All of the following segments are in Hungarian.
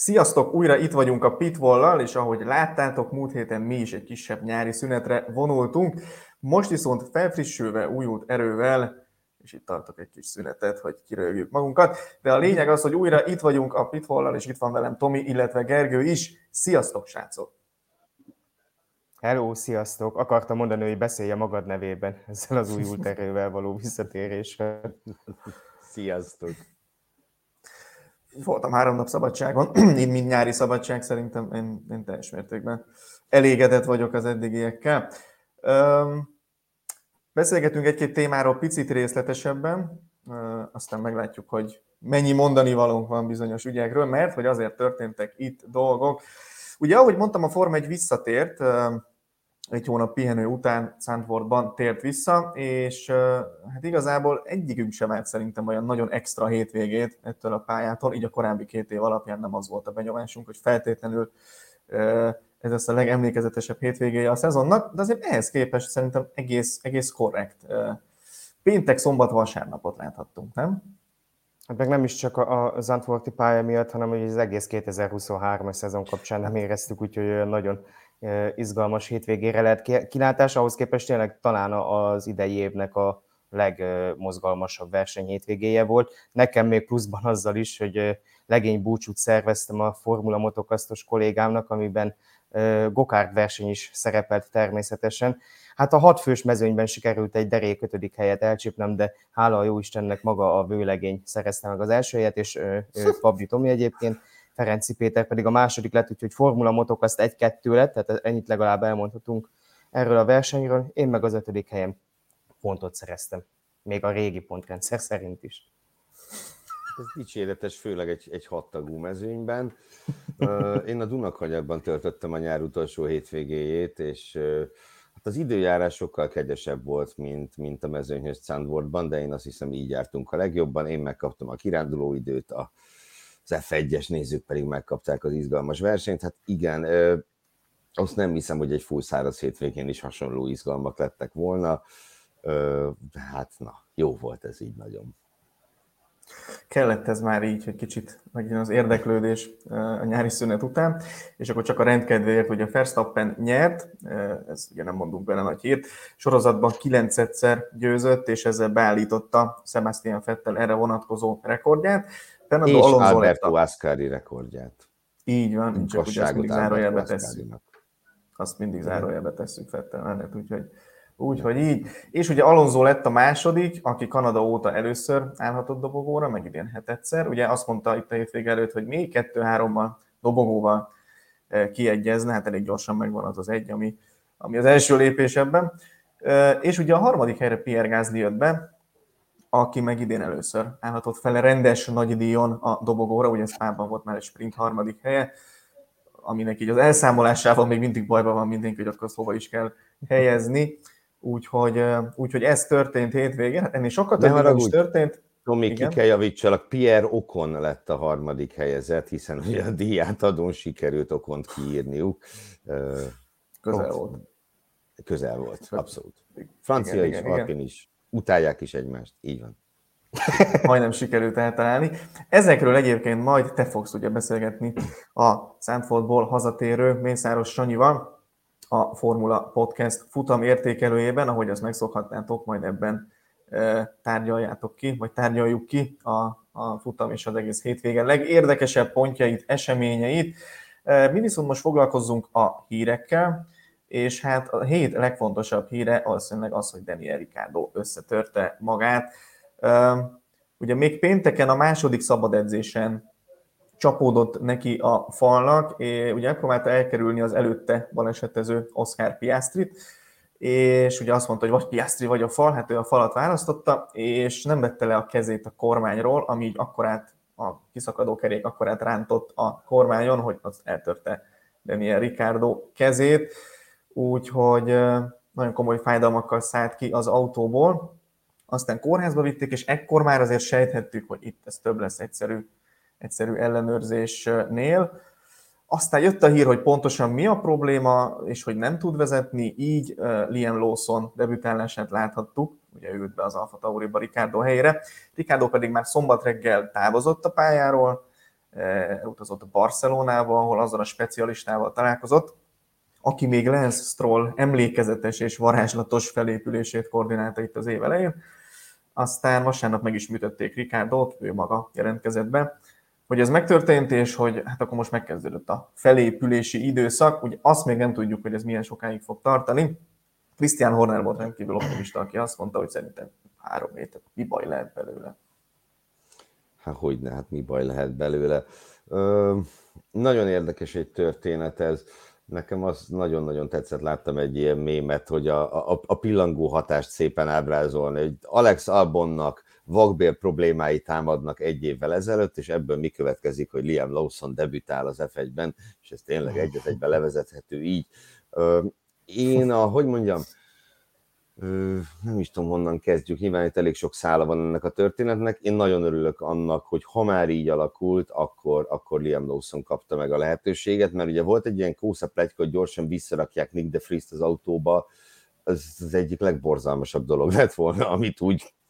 Sziasztok! Újra itt vagyunk a Pitwall-lal, és ahogy láttátok, múlt héten mi is egy kisebb nyári szünetre vonultunk. Most viszont felfrissülve, újult erővel, és itt tartok egy kis szünetet, hogy kirögjük magunkat. De a lényeg az, hogy újra itt vagyunk a Pitwall-lal, és itt van velem Tomi, illetve Gergő is. Sziasztok, srácok! Hello, sziasztok! Akartam mondani, hogy beszélje magad nevében ezzel az újult erővel való visszatéréssel. Sziasztok! Voltam 3 nap szabadságon, így mind nyári szabadság, szerintem én teljes mértékben elégedett vagyok az eddigiekkel. Beszélgetünk egy-két témáról picit részletesebben, aztán meglátjuk, hogy mennyi mondani valónk van bizonyos ügyekről, mert hogy azért történtek itt dolgok. Ugye, ahogy mondtam, a Forma 1 visszatért, egy hónap pihenő után Zandvoortban tért vissza, és hát igazából egyikünk sem állt szerintem olyan nagyon extra hétvégét ettől a pályától, így a korábbi 2 év alapján nem az volt a benyomásunk, hogy feltétlenül ez lesz a legemlékezetesebb hétvégéje a szezonnak, de azért ehhez képest szerintem egész korrekt. Péntek, szombat, vasárnapot láthattunk, nem? Hát meg nem is csak a Zandvoorti pálya miatt, hanem hogy az egész 2023-as szezon kapcsán nem éreztük, úgyhogy olyan nagyon izgalmas hétvégére lehet kilátás, ahhoz képest tényleg talán az idei évnek a legmozgalmasabb verseny hétvégéje volt. Nekem még pluszban azzal is, hogy legény búcsút szerveztem a Formula Motocastos kollégámnak, amiben go-kart verseny is szerepelt természetesen. Hát a 6 fős mezőnyben sikerült egy derék 5. helyet elcsípnem, de hála a jóistennek maga a vőlegény szerezte meg az első helyet, és Fabri Tomi egyébként, Ferenci Péter pedig a második lett, úgyhogy Formula Motocast 1-2 lett, tehát ennyit legalább elmondhatunk erről a versenyről. Én meg az 5. helyen pontot szereztem, még a régi pontrendszer szerint is. Ez dicséretes, főleg egy 6 tagú mezőnyben. Én a Dunakanyagban töltöttem a nyár utolsó hétvégéjét, és hát az időjárás sokkal kegyesebb volt, mint a mezőnyhöz Zandvoortban, de én azt hiszem, így jártunk a legjobban. Én megkaptam a kiránduló időt, az F1-es nézők pedig megkapták az izgalmas versenyt. Hát igen, azt nem hiszem, hogy egy full száraz hétvégén is hasonló izgalmak lettek volna. Hát na, jó volt ez így nagyon. Kellett ez már így, hogy kicsit megjön az érdeklődés a nyári szünet után, és akkor csak a rendkedvéért, hogy a Verstappen nyert, ez ugye nem mondunk bele nagy hírt, sorozatban 9-szer győzött, és ezzel beállította Sebastian Vettel erre vonatkozó rekordját. Fernando és Alonso Alberto Ascari rekordját. Így van, csak ugye azt mindig zárójelbe tesszük. Azt mindig zárójelbe tesszük Vettel mellett, úgyhogy így. És ugye Alonso lett a második, aki Kanada óta először állhatott dobogóra, meg idén 7-szer. Ugye azt mondta itt a hétvége előtt, hogy még 2-3-mal dobogóval kiegyezne, hát elég gyorsan megvan az egy, ami az első lépés ebben. És ugye a harmadik helyre Pierre Gasly jött be, aki meg idén először állhatott fel rendes nagy díjon a dobogóra, ugye Spában volt már egy sprint harmadik helye, aminek így az elszámolásával még mindig bajban van mindenki, hogy akkor hova is kell helyezni. Úgyhogy ez történt hétvégén, hát ennél sokkal több is történt. Tomi, ki kell javítsalak, Pierre Ocon lett a harmadik helyezett, hiszen ugye a díjátadón sikerült Ocont kiírniuk. Közel volt, abszolút. Francia is, Alpin is, utálják is egymást, így van. Majdnem sikerült eltalálni. Ezekről egyébként majd te fogsz ugye beszélgetni a Zandvoortból hazatérő Mészáros Sanyival, a Formula Podcast futam értékelőjében, ahogy azt megszokhatnátok, majd ebben tárgyaljuk ki a futam és az egész hétvége legérdekesebb pontjait, eseményeit. Mi viszont most foglalkozzunk a hírekkel, és hát a hét legfontosabb híre valószínűleg az, hogy Daniel Ricciardo összetörte magát. Ugye még pénteken a második szabad edzésen csapódott neki a falnak, és ugye megpróbálta elkerülni az előtte balesetező Oscar Piastrit, és ugye azt mondta, hogy vagy Piastri, vagy a fal, hát ő a falat választotta, és nem vette le a kezét a kormányról, ami így akkorát, a kiszakadó kerék akkorát rántott a kormányon, hogy az eltörte Daniel Ricciardo kezét, úgyhogy nagyon komoly fájdalmakkal szállt ki az autóból, aztán kórházba vitték, és ekkor már azért sejthettük, hogy itt ez több lesz egyszerű ellenőrzésnél. Aztán jött a hír, hogy pontosan mi a probléma, és hogy nem tud vezetni, így Liam Lawson debütálását láthattuk, ugye ő jött be az Alfa Tauriba Ricciardo helyére. Ricciardo pedig már szombat reggel távozott a pályáról, utazott Barcelonába, ahol azzal a specialistával találkozott, aki még Lance Stroll emlékezetes és varázslatos felépülését koordinálta itt az év elején. Aztán vasárnap meg is műtötték Ricciardót, ő maga jelentkezett be, hogy ez megtörtént, és hogy hát akkor most megkezdődött a felépülési időszak. Ugye azt még nem tudjuk, hogy ez milyen sokáig fog tartani. Christian Horner volt rendkívül optimista, aki azt mondta, hogy szerintem 3 hétet, mi baj lehet belőle. Hát hogyne, hát mi baj lehet belőle. Nagyon érdekes egy történet ez. Nekem az nagyon-nagyon tetszett, láttam egy ilyen mémet, hogy a pillangó hatást szépen ábrázolni, hogy Alex Albonnak vakbél problémái támadnak 1 évvel ezelőtt, és ebből mi következik, hogy Liam Lawson debütál az F1-ben, és ez tényleg egy-egyben levezethető így. Nem is tudom, honnan kezdjük, nyilván itt elég sok szála van ennek a történetnek. Én nagyon örülök annak, hogy ha már így alakult, akkor Liam Lawson kapta meg a lehetőséget, mert ugye volt egy ilyen kósza pletyka, hogy gyorsan visszarakják Nick de Vries-t az autóba, ez az egyik legborzalmasabb dolog lett volna, amit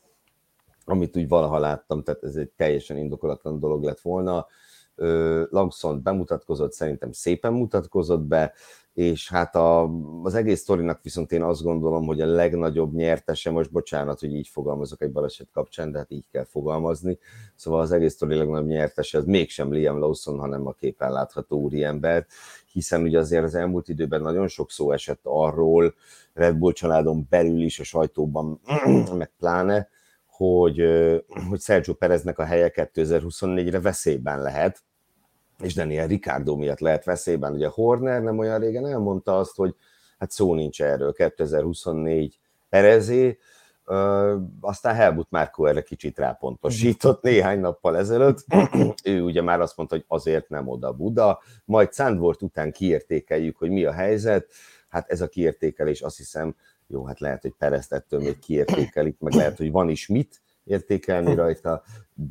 úgy valaha láttam, tehát ez egy teljesen indokolatlan dolog lett volna. Lawson bemutatkozott, szerintem szépen mutatkozott be, és hát az egész sztorinak viszont én azt gondolom, hogy a legnagyobb nyertese, most bocsánat, hogy így fogalmazok egy baleset kapcsán, de hát így kell fogalmazni, szóval az egész sztori legnagyobb nyertese az mégsem Liam Lawson, hanem a képen látható úriember, hiszen ugye azért az elmúlt időben nagyon sok szó esett arról, Red Bull családon belül is, a sajtóban, meg pláne, hogy Sergio Pereznek a helye 2024-re veszélyben lehet, és Daniel Ricciardo miatt lehet veszélyben. Ugye Horner nem olyan régen elmondta azt, hogy hát szó nincs erről, 2024 Perezé, aztán Helmut Marko erre kicsit rápontosított néhány nappal ezelőtt. Ő ugye már azt mondta, hogy azért nem oda Buda, majd Zandvoort után kiértékeljük, hogy mi a helyzet. Hát ez a kiértékelés azt hiszem, jó, hát lehet, hogy Perezt ettől még kiértékelik, meg lehet, hogy van is mit értékelni rajta,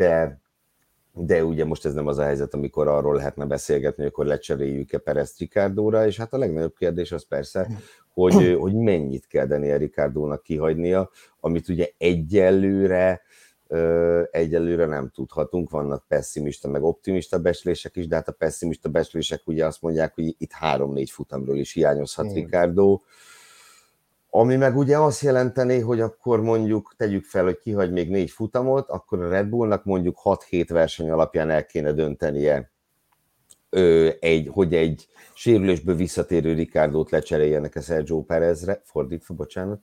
de ugye most ez nem az a helyzet, amikor arról lehetne beszélgetni, hogy akkor lecseréljük-e Perezt Ricciardóra, és hát a legnagyobb kérdés az persze, hogy mennyit kell Daniel Ricciardónak kihagynia, amit ugye egyelőre nem tudhatunk, vannak pessimista meg optimista becslések is, de hát a pessimista becslések ugye azt mondják, hogy itt 3-4 futamról is hiányozhat Ricciardo, ami meg ugye azt jelenteni, hogy akkor mondjuk tegyük fel, hogy kihagy még 4 futamot, akkor a Red Bullnak mondjuk 6-7 verseny alapján el kéne döntenie, hogy egy sérülésből visszatérő Ricciardót lecseréljenek a Sergio Perezre, fordítva, bocsánat.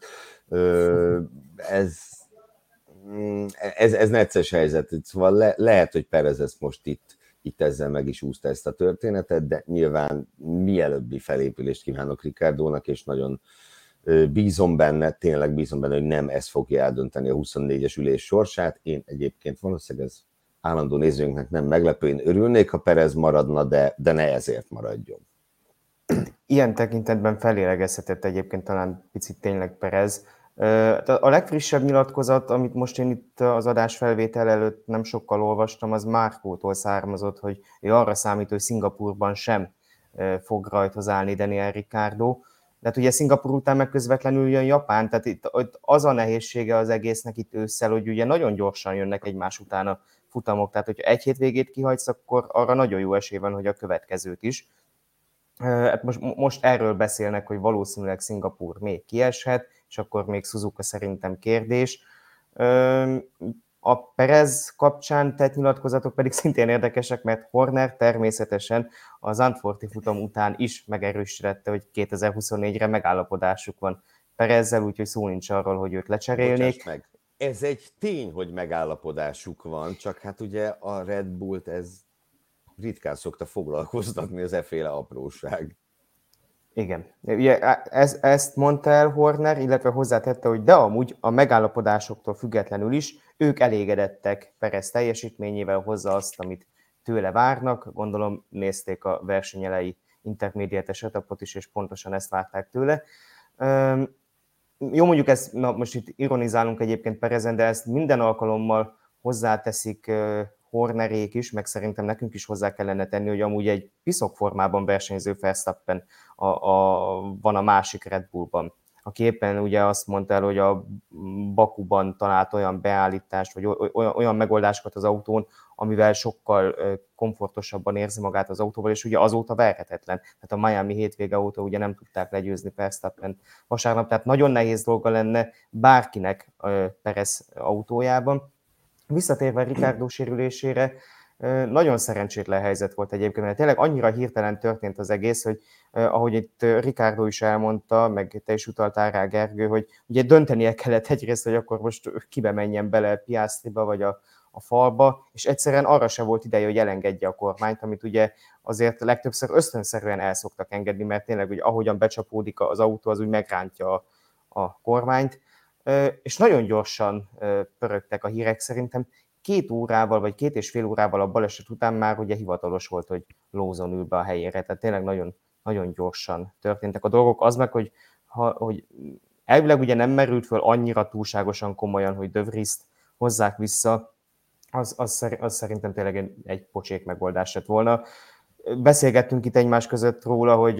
Ez necces helyzet, szóval lehet, hogy Perez ezt most itt ezzel meg is úszta ezt a történetet, de nyilván mielőbbi felépülést kívánok Ricciardónak, és nagyon bízom benne, tényleg bízom benne, hogy nem ez fogja eldönteni a 24-es ülés sorsát. Én egyébként valószínűleg ez állandó nézőinknek nem meglepő, én örülnék, ha Perez maradna, de ne ezért maradjon. Ilyen tekintetben felélegezhetett egyébként talán picit tényleg Perez. A legfrissebb nyilatkozat, amit most én itt az adás felvétel előtt nem sokkal olvastam, az Markótól származott, hogy ő arra számít, hogy Szingapurban sem fog rajthoz állni Daniel Ricciardo. De hát ugye Szingapur után meg közvetlenül jön Japán, tehát itt az a nehézsége az egésznek itt ősszel, hogy ugye nagyon gyorsan jönnek egymás után a futamok, tehát hogyha egy hétvégét kihagysz, akkor arra nagyon jó esély van, hogy a következőt is. Hát most erről beszélnek, hogy valószínűleg Szingapur még kieshet, és akkor még Suzuka szerintem kérdés. A Perez kapcsán tett nyilatkozatok pedig szintén érdekesek, mert Horner természetesen az Zandvoorti futam után is megerősítette, hogy 2024-re megállapodásuk van Perezzel, úgyhogy szó nincs arról, hogy őt lecserélnék. Meg. Ez egy tény, hogy megállapodásuk van, csak hát ugye a Red Bullt ez ritkán szokta foglalkoztatni, az efféle apróság. Igen. Ugye ezt mondta el Horner, illetve hozzátette, hogy de amúgy a megállapodásoktól függetlenül is ők elégedettek Perez teljesítményével, hozzá azt, amit tőle várnak. Gondolom nézték a versenyelei intermédiátes etapot is, és pontosan ezt várták tőle. Jó, mondjuk ezt, most itt ironizálunk egyébként Perezen, de ezt minden alkalommal hozzáteszik Hornerék is, meg szerintem nekünk is hozzá kellene tenni, hogy amúgy egy piszok formában versenyző Verstappen van a másik Red Bullban. aki éppen ugye azt mondta el, hogy a Bakuban talált olyan beállítást, vagy olyan megoldásokat az autón, amivel sokkal komfortosabban érzi magát az autóval, és ugye azóta verhetetlen. Tehát a Miami hétvége óta ugye nem tudták legyőzni Verstappen vasárnap, tehát nagyon nehéz dolga lenne bárkinek Perez autójában. Visszatérve Ricciardo sérülésére, nagyon szerencsétlen helyzet volt egyébként, mert tényleg annyira hirtelen történt az egész, hogy ahogy itt Ricciardo is elmondta, meg te is utaltál rá, Gergő, hogy ugye döntenie kellett egyrészt, hogy akkor most kibe menjen bele, Piastriba vagy a falba, és egyszerűen arra se volt ideje, hogy elengedje a kormányt, amit ugye azért legtöbbször ösztönszerűen el szoktak engedni, mert tényleg, hogy ahogyan becsapódik az autó, az úgy megrántja a kormányt, és nagyon gyorsan pörögtek a hírek, szerintem 2 órával, vagy 2,5 órával a baleset után már ugye hivatalos volt, hogy Lawson ül be a helyére, tehát tényleg nagyon, nagyon gyorsan történtek a dolgok. Az meg, hogy elvileg ugye nem merült föl annyira túlságosan komolyan, hogy De Vriest hozzák vissza, az szerintem tényleg egy pocsék megoldás lett volna. Beszélgettünk itt egymás között róla, hogy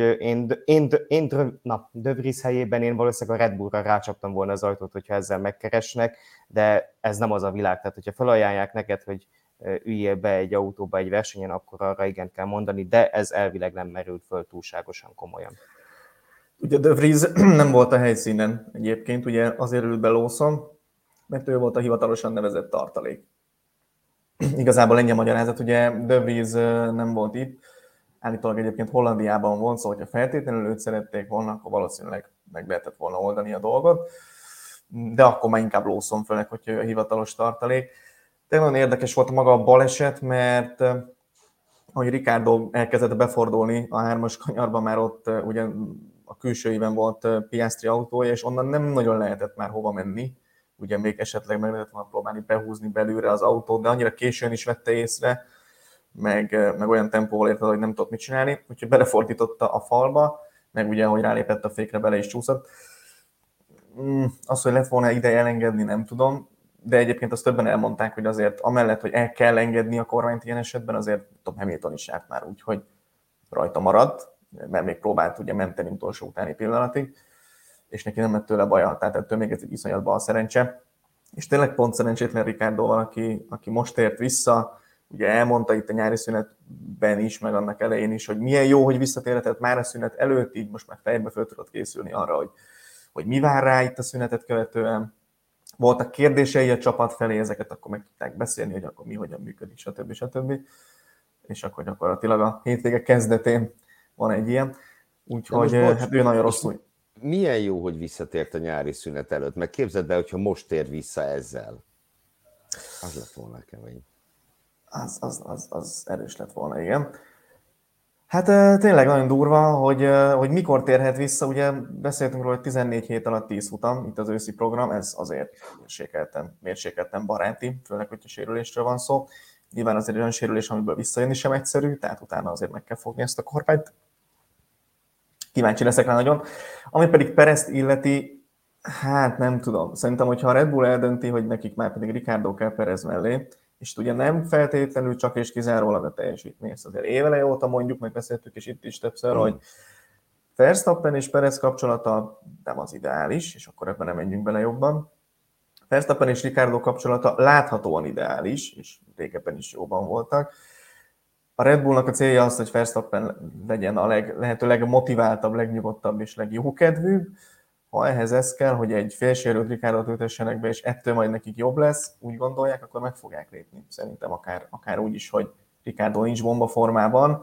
De Vries helyében én valószínűleg a Red Bullra rácsaptam volna az ajtót, hogyha ezzel megkeresnek, de ez nem az a világ. Tehát, hogyha felajánlják neked, hogy üljél be egy autóba egy versenyen, akkor arra igen kell mondani, de ez elvileg nem merült föl túlságosan komolyan. Ugye De Vries nem volt a helyszínen egyébként, ugye azért ült be Lawson, mert ő volt a hivatalosan nevezett tartalék. Igazából ennyi a magyarázat, ugye De Vries nem volt itt, állítólag egyébként Hollandiában volt, szóval hogyha feltétlenül őt szerették volna, akkor valószínűleg meg lehetett volna oldani a dolgot, de akkor már inkább Lawson, főleg, hogyha ő a hivatalos tartalék. De nagyon érdekes volt maga a baleset, mert ahogy Ricciardo elkezdett befordulni a 3-as kanyarban, már ott ugye a külsőiben volt Piastri autója, és onnan nem nagyon lehetett már hova menni. Ugye még esetleg meg lehetett volna próbálni behúzni belülre az autót, de annyira későn is vette észre, meg olyan tempóval érted, hogy nem tudott mit csinálni, úgyhogy belefordította a falba, meg ugye, ahogy rálépett a fékre, bele is csúszott. Az, hogy lett volna ideje elengedni, nem tudom, de egyébként azt többen elmondták, hogy azért amellett, hogy el kell engedni a kormányt ilyen esetben, azért Hamilton is járt már úgy, hogy rajta maradt, mert még próbált ugye menteni utolsó utáni pillanatig, és neki nem lett tőle baja, tehát ettől még ez egy iszonyat bal szerencse. És tényleg pont szerencsétlen Ricciardoval, aki most ért vissza, ugye elmondta itt a nyári szünetben is, meg annak elején is, hogy milyen jó, hogy visszatérhetett már a szünet előtt, így most már fejbe föl tudott készülni arra, hogy mi vár rá itt a szünetet követően. Voltak kérdései a csapat felé, ezeket akkor meg tudták beszélni, hogy akkor mi hogyan működik, stb. És akkor gyakorlatilag a hétvége kezdetén van egy ilyen. Úgyhogy hát ő nagyon rosszul. Milyen jó, hogy visszatért a nyári szünet előtt, meg képzeld el, hogyha most tér vissza ezzel. Az lett volna kemény. Az erős lett volna, igen. Hát tényleg nagyon durva, hogy mikor térhet vissza, ugye beszéltünk róla, hogy 14 hét alatt 10 futam, itt az őszi program, ez azért mérsékelten baráti, főleg, hogyha sérülésről van szó. Nyilván azért olyan sérülés, amiből visszajönni sem egyszerű, tehát utána azért meg kell fogni ezt a kormányt. Kíváncsi leszek rá nagyon. Ami pedig Perezt illeti, hát nem tudom. Szerintem, hogyha a Red Bull eldönti, hogy nekik már pedig Ricciardo kell Perez mellé, és ugye nem feltétlenül csak és kizárólag a teljesítmény. Ezt azért éveleje óta mondjuk, meg beszéltük, és itt is többször, hogy Verstappen és Perez kapcsolata nem az ideális, és akkor ebben nem menjünk bele jobban. Verstappen és Ricciardo kapcsolata láthatóan ideális, és régebben is jóban voltak. A Red Bullnak a célja az, hogy Verstappen legyen a lehető legmotiváltabb, legnyugodtabb és legjókedvűbb. Ha ehhez ez kell, hogy egy félsérült Ricciardót ültessenek be, és ettől majd nekik jobb lesz, úgy gondolják, akkor meg fogják lépni. Szerintem akár úgy is, hogy Ricciardo nincs bomba formában.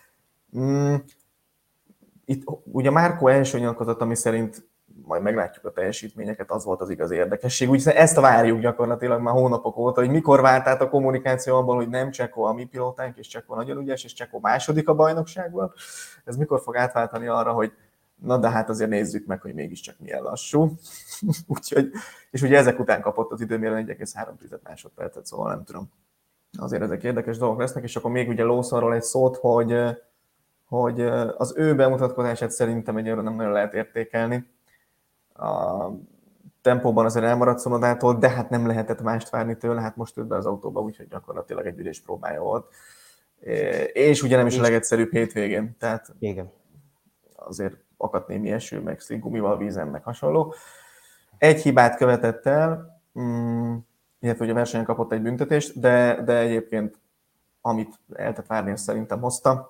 Itt ugye Márko első nyilatkozat, ami szerint majd meglátjuk a teljesítményeket, az volt az igazi érdekesség. Úgyhogy ezt várjuk gyakorlatilag már hónapok óta, hogy mikor vált át a kommunikáció abból, hogy nem Checo a mi pilótánk, és Checo nagyon ügyes, és Checo második a bajnokságban. Ez mikor fog átváltani arra, hogy na de hát azért nézzük meg, hogy mégiscsak milyen lassú. Úgyhogy, és ugye ezek után kapott az időmérőn 1,3 másodpercet, szóval nem tudom. Azért ezek érdekes dolgok lesznek, és akkor még ugye Lawsonról egy szót, hogy az ő bemutatkozását szerintem egyelőre nem nagyon lehet értékelni. A tempóban azért elmaradt Szonodától, de hát nem lehetett mást várni tőle, hát most ült be az autóba, úgyhogy gyakorlatilag egy ülés próbája volt. És ugye nem is a legegyszerűbb hétvégén, tehát igen. Azért akadt némi eső, meg gumival vízen, meg hasonló. Egy hibát követett el, illetve ugye a versenyen kapott egy büntetést, de egyébként amit el tett várni, azt szerintem hozta.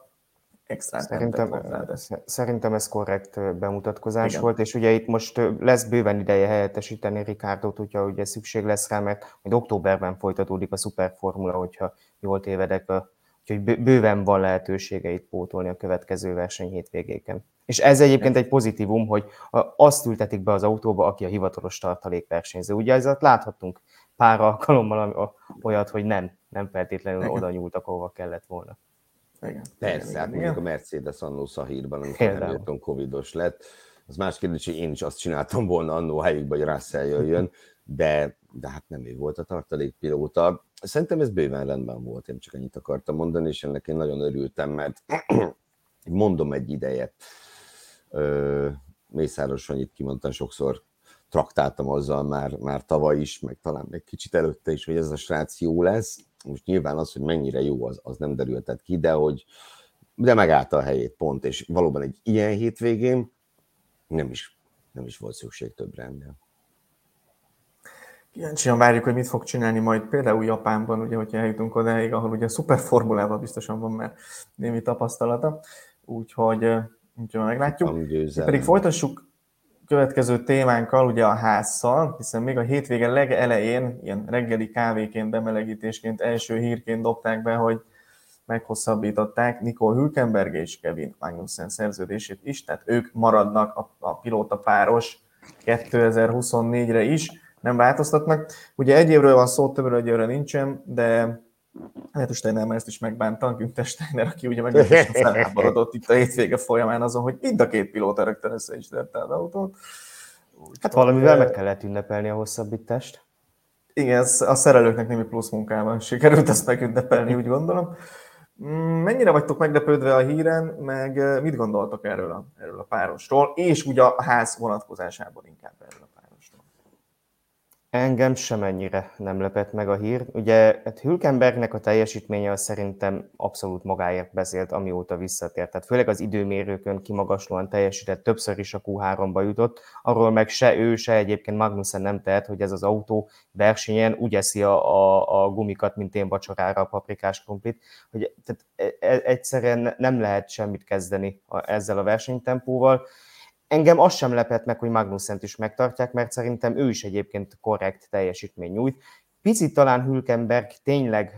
Szerintem ez korrekt bemutatkozás volt, és ugye itt most lesz bőven ideje helyettesíteni Ricardot, hogyha ugye szükség lesz rá, mert majd októberben folytatódik a szuperformula, hogyha jól tévedek, úgyhogy bőven van lehetőségeit pótolni a következő verseny hétvégéken. És ez egyébként egy pozitívum, hogy azt ültetik be az autóba, aki a hivatalos tartalékversenyző. Ugye ezzel láthattunk pár alkalommal olyat, hogy nem feltétlenül oda nyúltak, ahova kellett volna. Igen. Persze, hát mondjuk a Mercedes annó Szahírban, amikor Hamilton covidos lett, az más kérdés, hogy én is azt csináltam volna annó helyükben, hogy Russell jöjjön, de hát nem ő volt a tartalékpilóta. Szerintem ez bőven rendben volt, én csak ennyit akartam mondani, és ennek én nagyon örültem, mert mondom egy ideje, Mészáros Sanyit kimondtam, sokszor traktáltam azzal már tavaly is, meg talán egy kicsit előtte is, hogy ez a srác jó lesz. Most nyilván az, hogy mennyire jó, az nem derültet ki, de megállta a helyét, pont, és valóban egy ilyen hétvégén nem is volt szükség többre ennél. Kíváncsian várjuk, hogy mit fog csinálni majd például Japánban, ugye, hogyha eljutunk odáig, ahol ugye a szuperformulával biztosan van már némi tapasztalata, úgyhogy meglátjuk. Pedig folytassuk következő témánkkal, ugye a házzal, hiszen még a hétvége legelején, ilyen reggeli kávéként, bemelegítésként, első hírként dobták be, hogy meghosszabbították Nico Hülkenberg és Kevin Magnussen szerződését is, tehát ők maradnak a pilóta páros 2024-re is, nem változtatnak. Ugye egy évről van szó, többről egy évre nincsen, de hát Steiner már ezt is megbánta, Günther Steiner, aki ugye meglehetősen felháborodott itt a hétvége folyamán azon, hogy mind a két pilóta rögtön össze is tette az autót. Hát valamivel meg kellett ünnepelni a hosszabbítást. Igen, a szerelőknek némi plusz munkában sikerült ezt megünnepelni, úgy gondolom. Mennyire vagytok meglepődve a híren, meg mit gondoltok erről a párosról, és ugye a ház vonatkozásában inkább erről a párosról? Engem semennyire nem lepett meg a hír. Ugye hát Hülkenbergnek a teljesítménye az szerintem abszolút magáért beszélt, amióta visszatért. Tehát főleg az időmérőkön kimagaslóan teljesített, többször is a Q3-ba jutott. Arról meg se ő, se egyébként Magnussen nem tehet, hogy ez az autó versenyen úgy eszi a gumikat, mint én vacsorára a paprikás krumplit, hogy tehát egyszerűen nem lehet semmit kezdeni ezzel a versenytempóval. Engem az sem lepett meg, hogy Magnussent is megtartják, mert szerintem ő is egyébként korrekt teljesítmény nyújt. Picit talán Hülkenberg tényleg,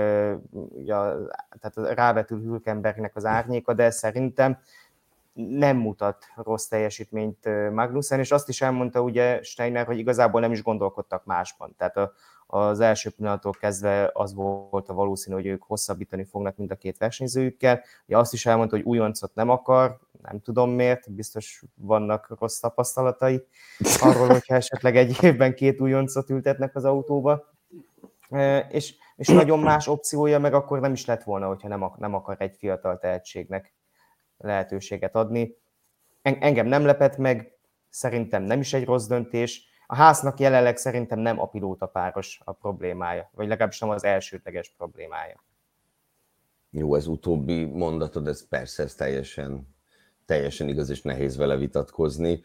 tehát rávetül Hülkenbergnek az árnyéka, de szerintem nem mutat rossz teljesítményt Magnussen, és azt is elmondta ugye Steiner, hogy igazából nem is gondolkodtak másban. Tehát az első pillanattól kezdve az volt a valószínű, hogy ők hosszabbítani fognak mind a két versenyzőjükkel. Ugye azt is elmondta, hogy újoncot nem akar, nem tudom miért, biztos vannak rossz tapasztalatai arról, hogyha esetleg egy évben 2 újoncot ültetnek az autóba. És nagyon más opciója meg akkor nem is lett volna, hogyha nem akar egy fiatal tehetségnek lehetőséget adni. Engem nem lepett meg, szerintem nem is egy rossz döntés. A háznak jelenleg szerintem nem a pilótapáros a problémája, vagy legalábbis nem az elsődleges problémája. Jó, ez utóbbi mondatod, ez persze, ez teljesen igaz, és nehéz vele vitatkozni.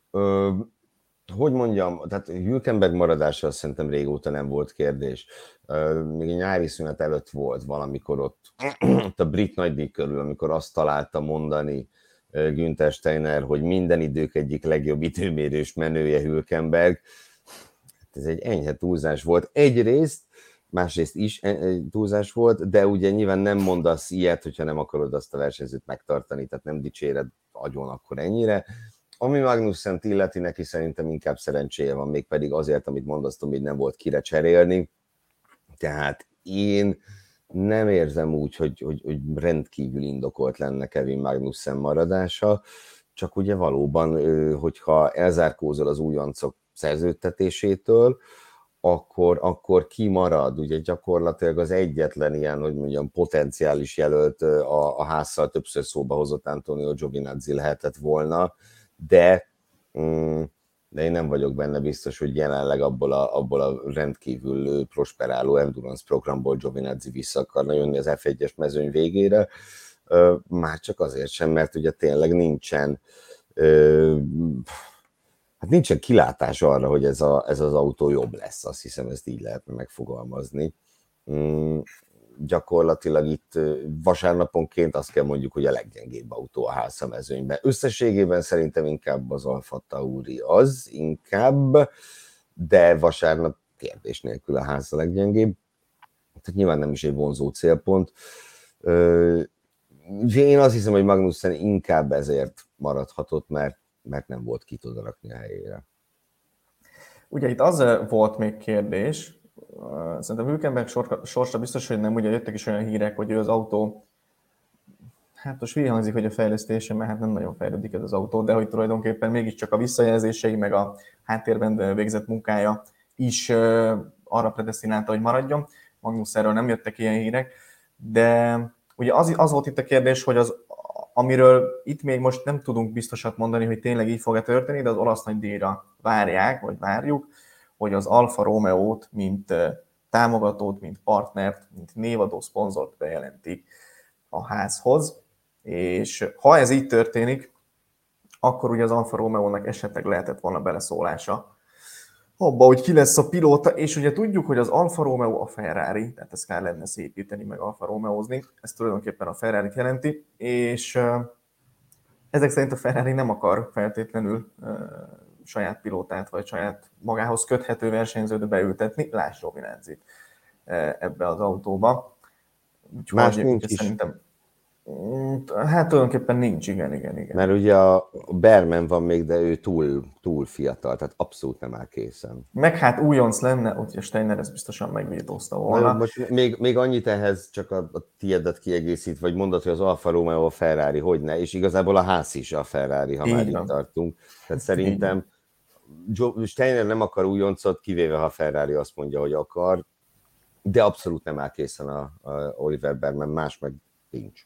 Hogy mondjam, tehát Hülkenberg maradása azt szerintem régóta nem volt kérdés. Még a nyári szünet előtt volt valamikor ott a brit nagydíj körül, amikor azt találta mondani Günther Steiner, hogy minden idők egyik legjobb időmérős menője Hülkenberg. Ez egy enyhe túlzás volt. Egyrészt, másrészt is egy túlzás volt, de ugye nyilván nem mondasz ilyet, hogyha nem akarod azt a versenyzőt megtartani, tehát nem dicséred agyon akkor ennyire. Ami Magnussent illeti, neki szerintem inkább szerencséje van, mégpedig azért, amit mondasz, hogy nem volt kire cserélni. Tehát én nem érzem úgy, hogy rendkívül indokolt lenne Kevin Magnussen maradása, csak ugye valóban, hogyha elzárkózol az újoncok szerződtetésétől, akkor ki marad? Ugye gyakorlatilag az egyetlen ilyen, hogy mondjam, potenciális jelölt a házzal többször szóba hozott Antonio Giovinazzi lehetett volna, de én nem vagyok benne biztos, hogy jelenleg abból a rendkívül prosperáló endurance programból Giovinazzi vissza akarna jönni az F1-es mezőny végére, már csak azért sem, mert ugye tényleg nincsen Hát nincsen kilátás arra, hogy ez az autó jobb lesz, azt hiszem, ezt így lehetne megfogalmazni. Gyakorlatilag itt vasárnaponként azt kell mondjuk, hogy a leggyengébb autó a házamezőnyben. Összességében szerintem inkább az Alfa Tauri az, inkább, de vasárnap kérdés nélkül a ház a leggyengébb. Tehát nyilván nem is egy vonzó célpont. Én azt hiszem, hogy Magnussen inkább ezért maradhatott, mert nem volt ki oda rakni a helyére. Ugye itt az volt még kérdés, szerintem Hülkenberg sorsa biztos, hogy nem, ugye jöttek is olyan hírek, hogy ő az autó, hát most hangzik, hogy a fejlesztése, mert hát nem nagyon fejlődik ez az autó, de hogy tulajdonképpen mégiscsak a visszajelzései, meg a háttérben végzett munkája is arra predesztinálta, hogy maradjon. Magnussenről nem jöttek ilyen hírek, de ugye az volt itt a kérdés, hogy amiről itt még most nem tudunk biztosat mondani, hogy tényleg így fog-e történni, de az olasz nagydíjra várják, vagy várjuk, hogy az Alfa Romeo-t, mint támogatót, mint partnert, mint névadó szponzort bejelentik a házhoz, és ha ez így történik, akkor ugye az Alfa Romeo-nak esetleg lehetett volna beleszólása abba, hogy ki lesz a pilóta, és ugye tudjuk, hogy az Alfa Romeo a Ferrari, tehát ezt kell lenne szépíteni, meg Alfa Romeózni, ez tulajdonképpen a Ferrari-t jelenti, és ezek szerint a Ferrari nem akar feltétlenül saját pilótát, vagy saját magához köthető versenyzőt beültetni, láss Giovinazzi-t ebbe az autóba. Úgyhogy más nincs is. Szerintem, hát tulajdonképpen nincs, igen. Mert ugye a Berman van még, de ő túl fiatal, tehát abszolút nem áll készen. Meg hát újonc lenne, úgyhogy Steiner ezt biztosan megvétózta volna. Most még annyit ehhez, csak a tiédet kiegészít, vagy mondod, hogy az Alfa Romeo a Ferrari, hogy ne, és igazából a ház is a Ferrari, ha már itt tartunk. Tehát szerintem Steiner nem akar újoncot, kivéve ha a Ferrari azt mondja, hogy akar, de abszolút nem áll készen a Oliver Berman, más meg nincs.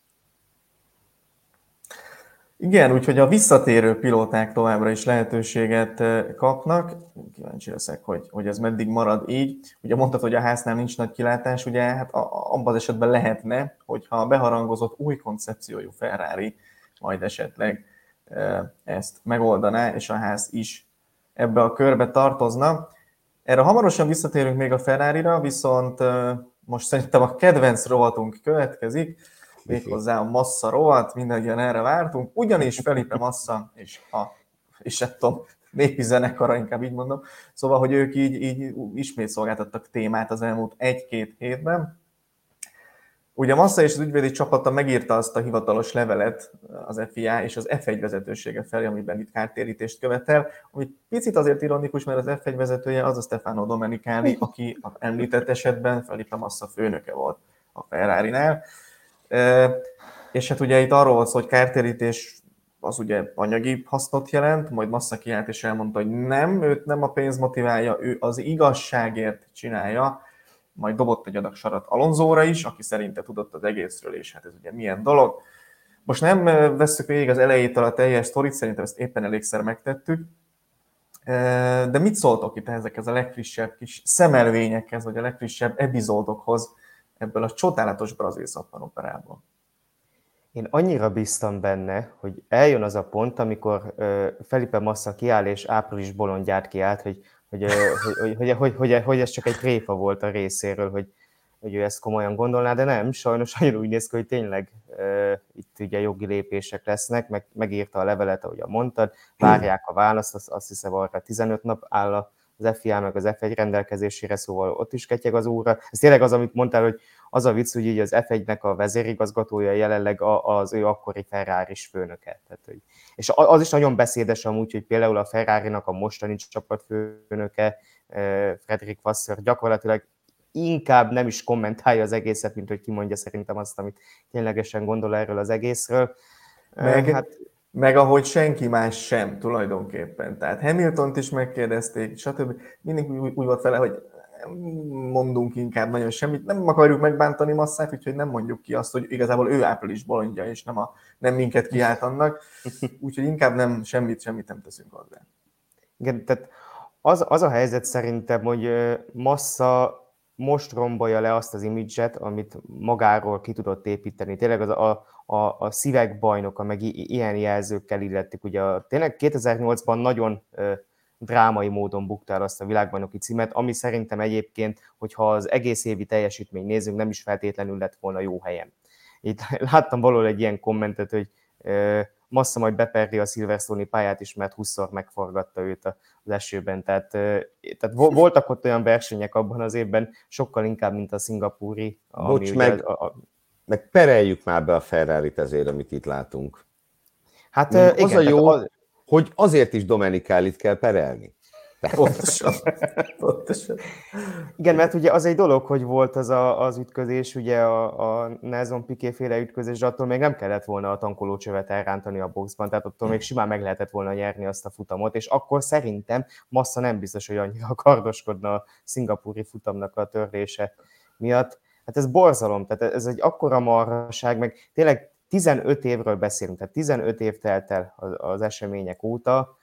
Igen, úgyhogy a visszatérő pilóták továbbra is lehetőséget kapnak. Kíváncsi leszek, hogy ez meddig marad így. Ugye mondtad, hogy a háznál nincs nagy kilátás, ugye hát abban az esetben lehetne, hogyha a beharangozott új koncepciójú Ferrari majd esetleg ezt megoldaná, és a ház is ebbe a körbe tartozna. Erre hamarosan visszatérünk még a Ferrarira, viszont most szerintem a kedvenc rovatunk következik, méghozzá a Massa rovat, mindannyian erre vártunk, ugyanis Felipe Massa és nem tudom, népi zenekara, inkább így mondom, szóval, hogy ők így ismét szolgáltattak témát az elmúlt 1-2 hétben. Ugye Massa és az ügyvédi csapata megírta azt a hivatalos levelet az FIA és az F1 vezetősége felé, amiben itt kártérítést követel, ami picit azért ironikus, mert az F1 vezetője az a Stefano Domenicali, aki az említett esetben Felipe Massa főnöke volt a Ferrarinál. És hát ugye itt arról volt szó, hogy kártérítés az ugye anyagi hasznot jelent, majd Massa kiállt és elmondta, hogy nem, őt nem a pénz motiválja, ő az igazságért csinálja, majd dobott egy adag sarat Alonsóra is, aki szerinte tudott az egészről, és hát ez ugye milyen dolog. Most nem vesszük végig az elejétől a teljes sztorit, szerintem ezt éppen elégszer megtettük, de mit szóltok itt ezekhez a legfrissebb kis szemelvényekhez, vagy a legfrissebb epizódokhoz ebből a csodálatos brazil szappanoperából? Én annyira bíztam benne, hogy eljön az a pont, amikor Felipe Massa kiáll és április bolondját kiált, hogy ez csak egy tréfa volt a részéről, hogy ő ezt komolyan gondolná, de nem, sajnos annyira úgy néz ki, hogy tényleg itt ugye jogi lépések lesznek, megírta a levelet, ahogy mondtad, várják a választ, azt hiszem arra 15 nap áll az FIA meg az F1 rendelkezésére, szóval ott is ketyeg az óra. Ez tényleg az, amit mondtál, hogy az a vicc, hogy így az F1-nek a vezérigazgatója jelenleg az ő akkori Ferrari-s főnöke. Tehát, és az is nagyon beszédes amúgy, hogy például a Ferrari-nak a mostani csapatfőnöke, Frederick Vasseur gyakorlatilag inkább nem is kommentálja az egészet, mint hogy kimondja szerintem azt, amit ténylegesen gondol erről az egészről. Meg ahogy senki más sem tulajdonképpen. Tehát Hamiltont is megkérdezték, stb. Mindig úgy volt vele, hogy mondunk inkább nagyon semmit, nem akarjuk megbántani Massát, úgyhogy nem mondjuk ki azt, hogy igazából ő április bolondja, és nem minket kiállt annak, úgyhogy inkább nem semmit nem teszünk hozzá. Igen, tehát az a helyzet szerintem, hogy Massa most rombolja le azt az imidzset, amit magáról ki tudott építeni. Tényleg a szívek bajnoka, meg ilyen jelzőkkel illetik. Ugye tényleg 2008-ban nagyon drámai módon bukta el azt a világbajnoki címet, ami szerintem egyébként, hogyha az egész évi teljesítményt nézzünk, nem is feltétlenül lett volna jó helyen. Itt láttam valahol egy ilyen kommentet, hogy Massa majd beperli a Silverstone-i pályát is, mert 20-szor megforgatta őt az esőben. Tehát voltak ott olyan versenyek abban az évben, sokkal inkább, mint a szingapúri. Bocs, meg pereljük már be a Ferrarit ezért, amit itt látunk. Hát igen, az a jó, hogy azért is Domenicallit kell perelni. Pontosan. Igen, mert ugye az egy dolog, hogy volt az ütközés, ugye a Nelson Piquet féle ütközés, de attól még nem kellett volna a tankolócsövet elrántani a boxban, tehát attól még simán meg lehetett volna nyerni azt a futamot, és akkor szerintem Massa nem biztos, hogy annyira kardoskodna a szingapúri futamnak a törlése miatt. Hát ez borzalom, tehát ez egy akkora marhaság, meg tényleg 15 évről beszélünk, tehát 15 év telt el az események óta,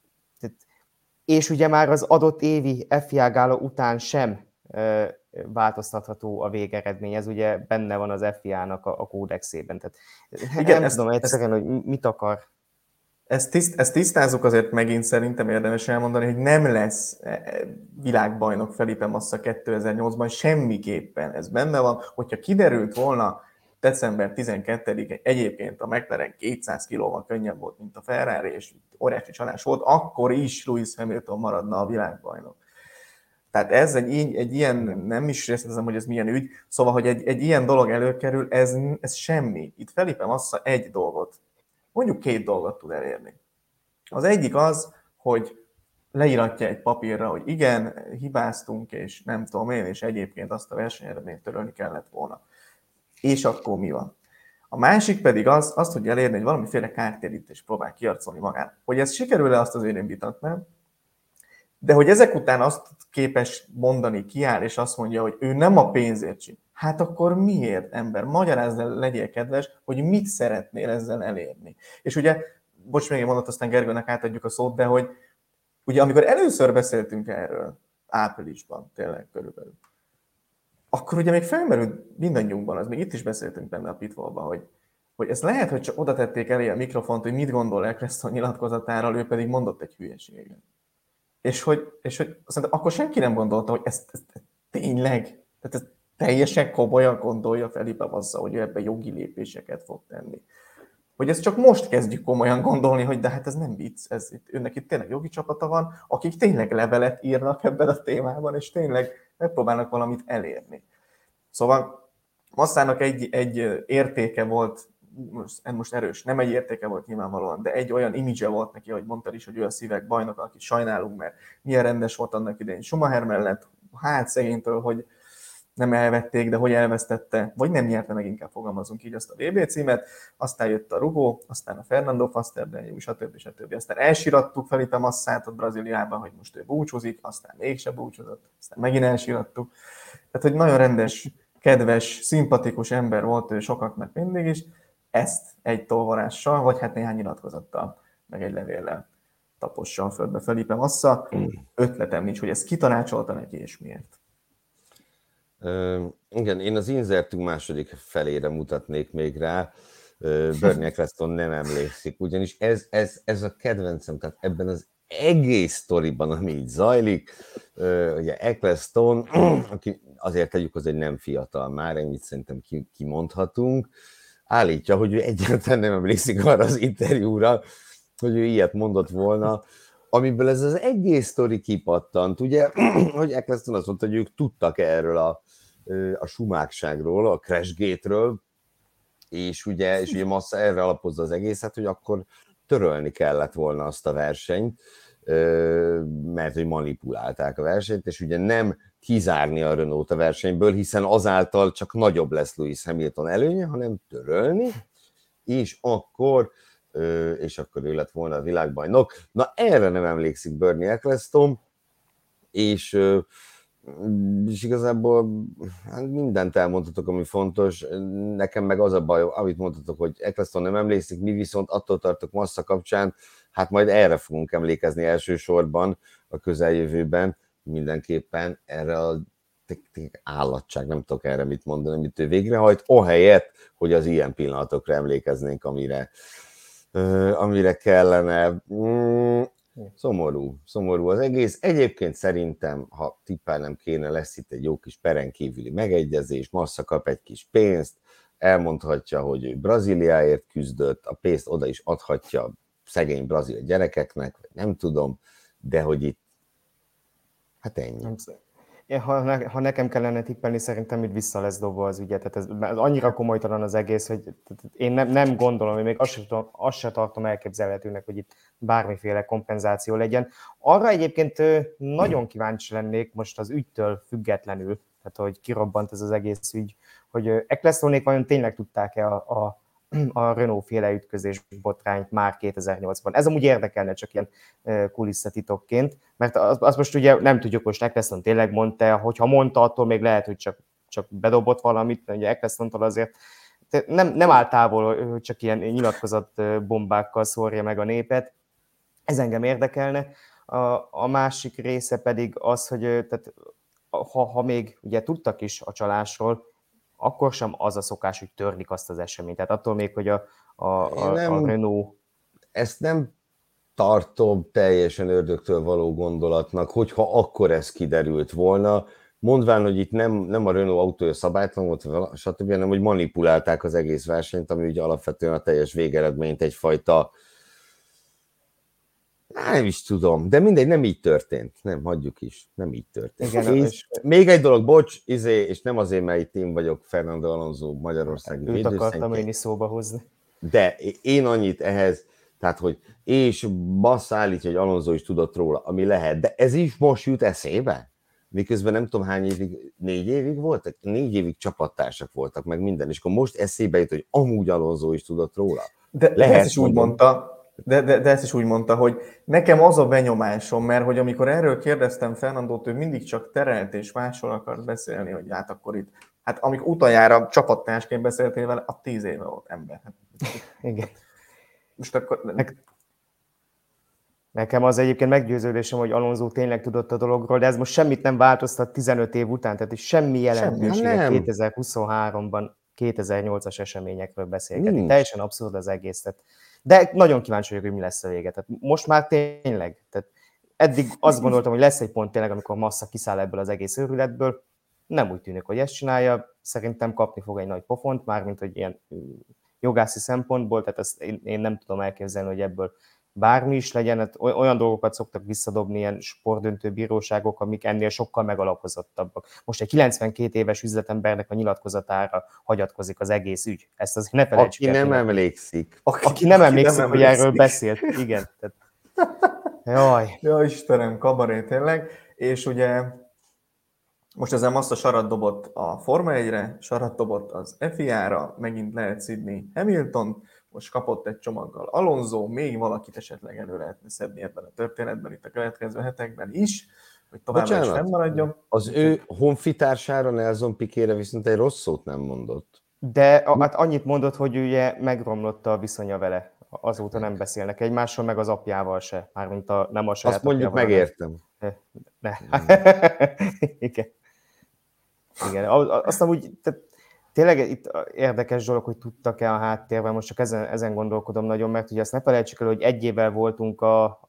és ugye már az adott évi FIA gála után sem változtatható a végeredmény, ez ugye benne van az FIA-nak a kódexében. Tehát igen, nem tudom egyszerűen, hogy mit akar. Ezt tisztázzuk azért megint, szerintem érdemes elmondani, hogy nem lesz világbajnok Felipe Massa 2008-ban semmiképpen. Ez benne van, hogyha kiderült volna december 12-én egyébként a McLaren 200 kilóval könnyebb volt, mint a Ferrari, és óriási csalás volt, akkor is Lewis Hamilton maradna a világbajnok. Tehát ez egy ilyen, nem is részletezem, hogy ez milyen ügy, szóval, hogy egy ilyen dolog előkerül, ez semmi. Itt Felipe Massa egy dolgot, mondjuk 2 dolgot tud elérni. Az egyik az, hogy leíratja egy papírra, hogy igen, hibáztunk, és nem tudom én, és egyébként azt a versenyeredményt törölni kellett volna. És akkor mi van? A másik pedig azt tudja elérni, hogy valamiféle kártérítést próbál kiarcolni magán. Hogy ez sikerül-e, azt azért én vitatnám, de hogy ezek után azt képes mondani, kiáll, és azt mondja, hogy ő nem a pénzért csinál. Hát akkor miért, ember? Magyarázd el, legyél kedves, hogy mit szeretnél ezzel elérni. És ugye, bocs, még egy mondat, aztán Gergőnek átadjuk a szót, de hogy ugye amikor először beszéltünk erről, áprilisban, tényleg körülbelül, akkor ugye még felmerült mindannyiunkban, az még itt is beszéltünk benne a pitfallban, hogy ez lehet, hogy csak oda tették elé a mikrofont, hogy mit gondol Ecclestone nyilatkozatáról, ő pedig mondott egy hülyeséget. És hogy szerintem akkor senki nem gondolta, hogy ez tényleg, tehát ez teljesen komolyan gondolja Felipe Massa, hogy ő ebben jogi lépéseket fog tenni. Hogy ezt csak most kezdjük komolyan gondolni, hogy de hát ez nem vicc, őnek itt tényleg jogi csapata van, akik tényleg levelet írnak ebben a témában, és tényleg megpróbálnak valamit elérni. Szóval Massának egy értéke volt, most erős, nem egy értéke volt nyilvánvalóan, de egy olyan imidzse volt neki, hogy mondtad is, hogy ő a szívek bajnok, akit sajnálunk, mert milyen rendes volt annak idején Schumacher mellett, hát szegénytől, hogy nem elvették, de hogy elvesztette, vagy nem nyerte meg, inkább fogalmazunk így azt a VB címet, aztán jött a rugó, aztán a Fernando Fasterben, stb. Aztán elsirattuk Felipe Massát ott Brazíliában, hogy most ő búcsúzik, aztán mégse búcsúzott, aztán megint elsirattuk. Tehát, hogy nagyon rendes, kedves, szimpatikus ember volt ő sokaknak mindig is, ezt egy tolvarással, vagy hát néhány nyilatkozattal, meg egy levéllel tapossa a földbe Felipe Massa. Ötletem nincs, hogy ezt kitanácsolta neki, és miért. Igen, én az inzertünk második felére mutatnék még rá. Bernie Ecclestone nem emlékszik, ugyanis ez a kedvencem, tehát ebben az egész sztoriban, ami így zajlik, ugye Ecclestone, aki azért tegyük, az egy nem fiatal már, ennyit szerintem kimondhatunk, állítja, hogy ő egyáltalán nem emlékszik arra az interjúra, hogy ő ilyet mondott volna, amiből ez az egész sztori kipattant, ugye, hogy Ecclestone azt mondta, hogy ők tudtak erről a sumákságról, a Crashgate-ről, és ugye Massa erre alapozza az egészet, hogy akkor törölni kellett volna azt a versenyt, mert hogy manipulálták a versenyt, és ugye nem kizárni a Renault a versenyből, hiszen azáltal csak nagyobb lesz Lewis Hamilton előnye, hanem törölni, és akkor ő lett volna a világbajnok. Na erre nem emlékszik Bernie Ecclestone, és igazából mindent elmondhatok, ami fontos. Nekem meg az a baj, amit mondhatok, hogy Ecclestone nem emlékszik, mi viszont attól tartok Massa kapcsán, hát majd erre fogunk emlékezni elsősorban a közeljövőben, mindenképpen erre a állatság, nem tudok erre mit mondani, amit ő végrehajt, ahelyett, hogy az ilyen pillanatokra emlékeznénk, amire kellene. Szomorú az egész. Egyébként szerintem, ha tippelnem kéne, lesz itt egy jó kis peren kívüli megegyezés, Massa kap egy kis pénzt, elmondhatja, hogy ő Brazíliáért küzdött, a pénzt oda is adhatja szegény brazil gyerekeknek, nem tudom, de hogy itt, hát ennyi. Ha nekem kellene tippelni, szerintem itt vissza lesz dobva az ügyet. Tehát ez annyira komolytalan az egész, hogy én nem gondolom, hogy még azt se tartom elképzelhetőnek, hogy itt bármiféle kompenzáció legyen. Arra egyébként nagyon kíváncsi lennék most az ügytől függetlenül, tehát hogy kirobbant ez az egész ügy, hogy Ecclestonék vajon tényleg tudták-e a Renault-féle ütközés botrányt már 2008-ban. Ez amúgy érdekelne csak ilyen kulisszatitokként, mert azt most ugye nem tudjuk, most Ecclestone tényleg mondta, hogyha mondta, attól még lehet, hogy csak bedobott valamit, ugye Ecclestone-tól azért nem áll távol, hogy csak ilyen nyilatkozat bombákkal szórja meg a népet. Ez engem érdekelne. A másik része pedig az, hogy tehát, ha még ugye tudtak is a csalásról, akkor sem az a szokás, hogy törlik azt az eseményt. Tehát attól még, hogy a Renault... Ezt nem tartom teljesen ördögtől való gondolatnak, hogyha akkor ez kiderült volna, mondván, hogy itt nem a Renault autója szabálytlan volt, stb., hanem hogy manipulálták az egész versenyt, ami ugye alapvetően a teljes végeredményt egyfajta, nem is tudom, de mindegy, nem így történt. Nem, hagyjuk is, nem így történt. Igen, és még egy dolog, bocs, és nem azért, mert itt én vagyok Fernando Alonso Magyarországi védőszentje. Őt akartam én is szóba hozni. De én annyit ehhez, tehát, hogy és Bassz állítja, hogy Alonso is tudott róla, ami lehet, de ez is most jut eszébe? Miközben nem tudom hány évig, 4 évig voltak? 4 évig csapattársak voltak, meg minden, és akkor most eszébe jut, hogy amúgy Alonso is tudott róla. De ezt is úgy mondta, de ezt is úgy mondta, hogy nekem az a benyomásom, mert hogy amikor erről kérdeztem Fernandót, ő mindig csak terelt és másról akart beszélni, hogy hát akkor itt, hát amikor utoljára csapattársként beszéltél vele, a 10 éve volt ember. Igen. Most akkor... Nekem az egyébként meggyőződésem, hogy Alonso tényleg tudott a dologról, de ez most semmit nem változtat 15 év után, tehát is semmi jelentősége 2023-ban 2008-as eseményekről beszélgetni. Teljesen abszurd az egész. Tehát, de nagyon kíváncsi vagyok, hogy mi lesz a vége. Tehát most már tényleg, tehát eddig azt gondoltam, hogy lesz egy pont tényleg, amikor Massa kiszáll ebből az egész őrületből. Nem úgy tűnik, hogy ezt csinálja. Szerintem kapni fog egy nagy pofont, mármint hogy ilyen jogászi szempontból, tehát ezt én nem tudom elképzelni, hogy ebből bármi is legyen, hát olyan dolgokat szoktak visszadobni ilyen sportdöntő bíróságok, amik ennél sokkal megalapozottabbak. Most egy 92 éves üzletembernek a nyilatkozatára hagyatkozik az egész ügy. Ezt azért ne felejtsük el. Aki nem emlékszik. Aki nem emlékszik, hogy erről beszélt. Igen. Tehát... Jaj. Ja, Istenem, kabaré tényleg. És ugye most ezzel Massa sarat dobott a Forma 1-re, sarat dobott az FIA-ra, megint lehet szidni Hamilton, most kapott egy csomaggal Alonso, még valakit esetleg elő lehetne szedni ebben a történetben, itt a következő hetekben is, hogy továbbra is fennmaradjon. Az ő honfitársára, Nelson Piquére viszont egy rossz szót nem mondott. De hát annyit mondott, hogy ugye megromlott a viszonya vele. Azóta nem beszélnek egymással, meg az apjával se. Mármint nem a saját azt mondjuk apjával, megértem. Ne. Igen. Igen. Aztán úgy... Tényleg itt érdekes dolog, hogy tudtak-e a háttérben, most csak ezen gondolkodom nagyon, mert ugye azt ne felejtsük el, hogy egy évvel voltunk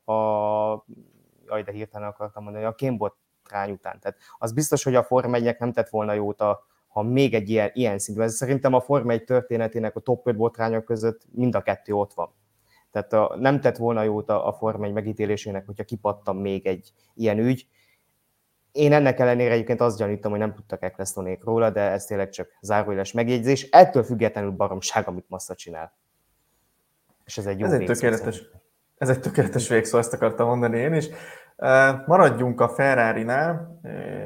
de hirtelen akartam mondani, a kémbotrány után. Tehát az biztos, hogy a Forma 1-nek nem tett volna jót, ha még egy ilyen szintű. Ez szerintem a Forma 1 történetének a top 5 botrányok között mind a kettő ott van. Tehát nem tett volna jót a Forma 1 megítélésének, hogyha kipattan még egy ilyen ügy. Én ennek ellenére egyébként azt gyanítom, hogy nem tudtak Ecclestonék róla, de ez tényleg csak zárójeles megjegyzés. Ettől függetlenül baromság, amit Massa csinál. És ez egy jó Ez egy tökéletes végszó, ezt akartam mondani én is. Maradjunk a Ferrari-nál,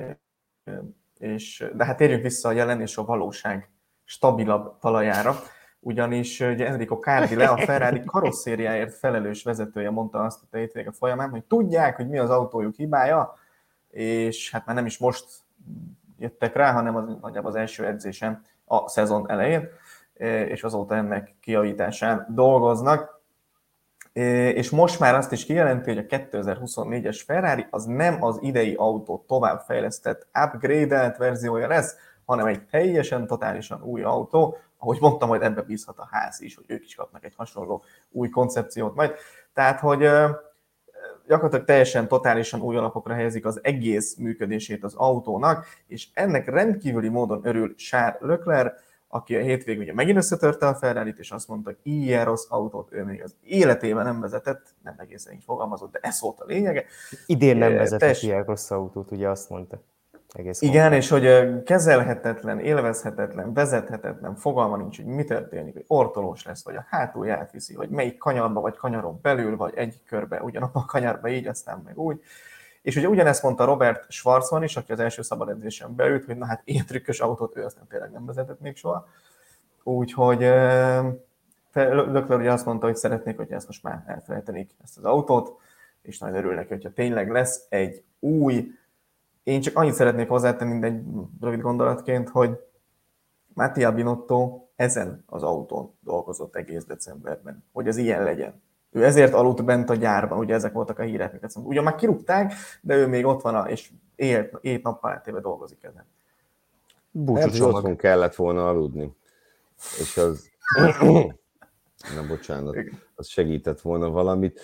de hát térjünk vissza a jelen és a valóság stabilabb talajára. Ugyanis ugye Enrico Cardile, a Ferrari karosszériáért felelős vezetője mondta azt a hétvége folyamán, hogy tudják, hogy mi az autójuk hibája, és hát már nem is most jöttek rá, hanem nagyjából az első edzésen a szezon elején, és azóta ennek kijavításán dolgoznak. És most már azt is kijelenti, hogy a 2024-es Ferrari az nem az idei autó továbbfejlesztett, upgrade-elt verziója lesz, hanem egy teljesen, totálisan új autó. Ahogy mondtam, majd ebbe bízhat a ház is, hogy ők is kapnak egy hasonló új koncepciót majd. Tehát, hogy gyakorlatilag teljesen, totálisan új alapokra helyezik az egész működését az autónak, és ennek rendkívüli módon örül Charles Leclerc, aki a hétvégén ugye megint összetörte a Ferrarit, és azt mondta, hogy ilyen rossz autót ő még az életében nem vezetett, nem egészen így fogalmazott, de ez volt a lényege. Idén nem vezetett ilyen rossz autót, ugye azt mondta. Igen, és hogy kezelhetetlen, élvezhetetlen, vezethetetlen, fogalma nincs, hogy mi történik, hogy ortolós lesz, vagy a hátulját viszi, vagy melyik kanyarba, vagy kanyaron belül, vagy egy körbe, ugyanabban a kanyarba így, aztán meg úgy. És ugye ugyanezt mondta Robert Schwarzman is, aki az első szabad edzésen beült, hogy na hát ilyen trükkös autót ő aztán tényleg nem vezetett még soha. Úgyhogy Leclerc ugye azt mondta, hogy szeretnék, hogy ezt most már elfelejtenék ezt az autót, és nagyon örülnek, hogyha tényleg lesz egy új. Én csak annyit szeretnék hozzátenni, egy rövid gondolatként, hogy Mattia Binotto ezen az autón dolgozott egész decemberben, hogy ez ilyen legyen. Ő ezért aludt bent a gyárban, ugye ezek voltak a hírek. Ugye már kirúgták, de ő még ott van, és 7 nappal eltéve dolgozik ezen. Hát, otthon kellett volna aludni. És az... Na, bocsánat. Az segített volna valamit.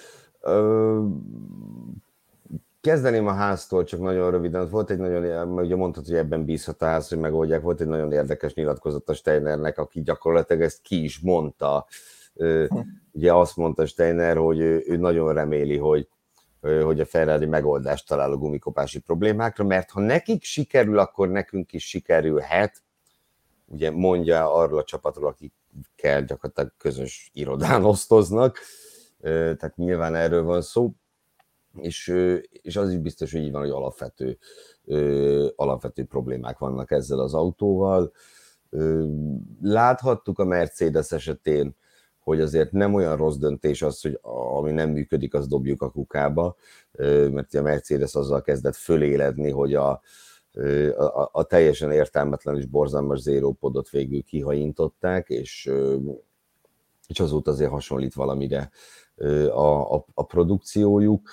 Kezdeném a háztól, csak nagyon röviden. Volt egy nagyon, ugye mondtad, hogy ebben bízhat a ház, hogy megoldják. Volt egy nagyon érdekes nyilatkozat a Steinernek, aki gyakorlatilag ezt ki is mondta. Ugye azt mondta Steiner, hogy ő nagyon reméli, hogy a Ferrari megoldást talál a gumikopási problémákra, mert ha nekik sikerül, akkor nekünk is sikerülhet. Ugye mondja arról a csapatról, akikkel gyakorlatilag közös irodán osztoznak. Tehát nyilván erről van szó. És az is biztos, hogy így van, hogy alapvető problémák vannak ezzel az autóval. Láthattuk a Mercedes esetén, hogy azért nem olyan rossz döntés az, hogy ami nem működik, azt dobjuk a kukába, mert a Mercedes azzal kezdett föléledni, hogy a teljesen értelmetlen és borzalmas zero podot végül kihajintották, és azóta azért hasonlít valamire a produkciójuk.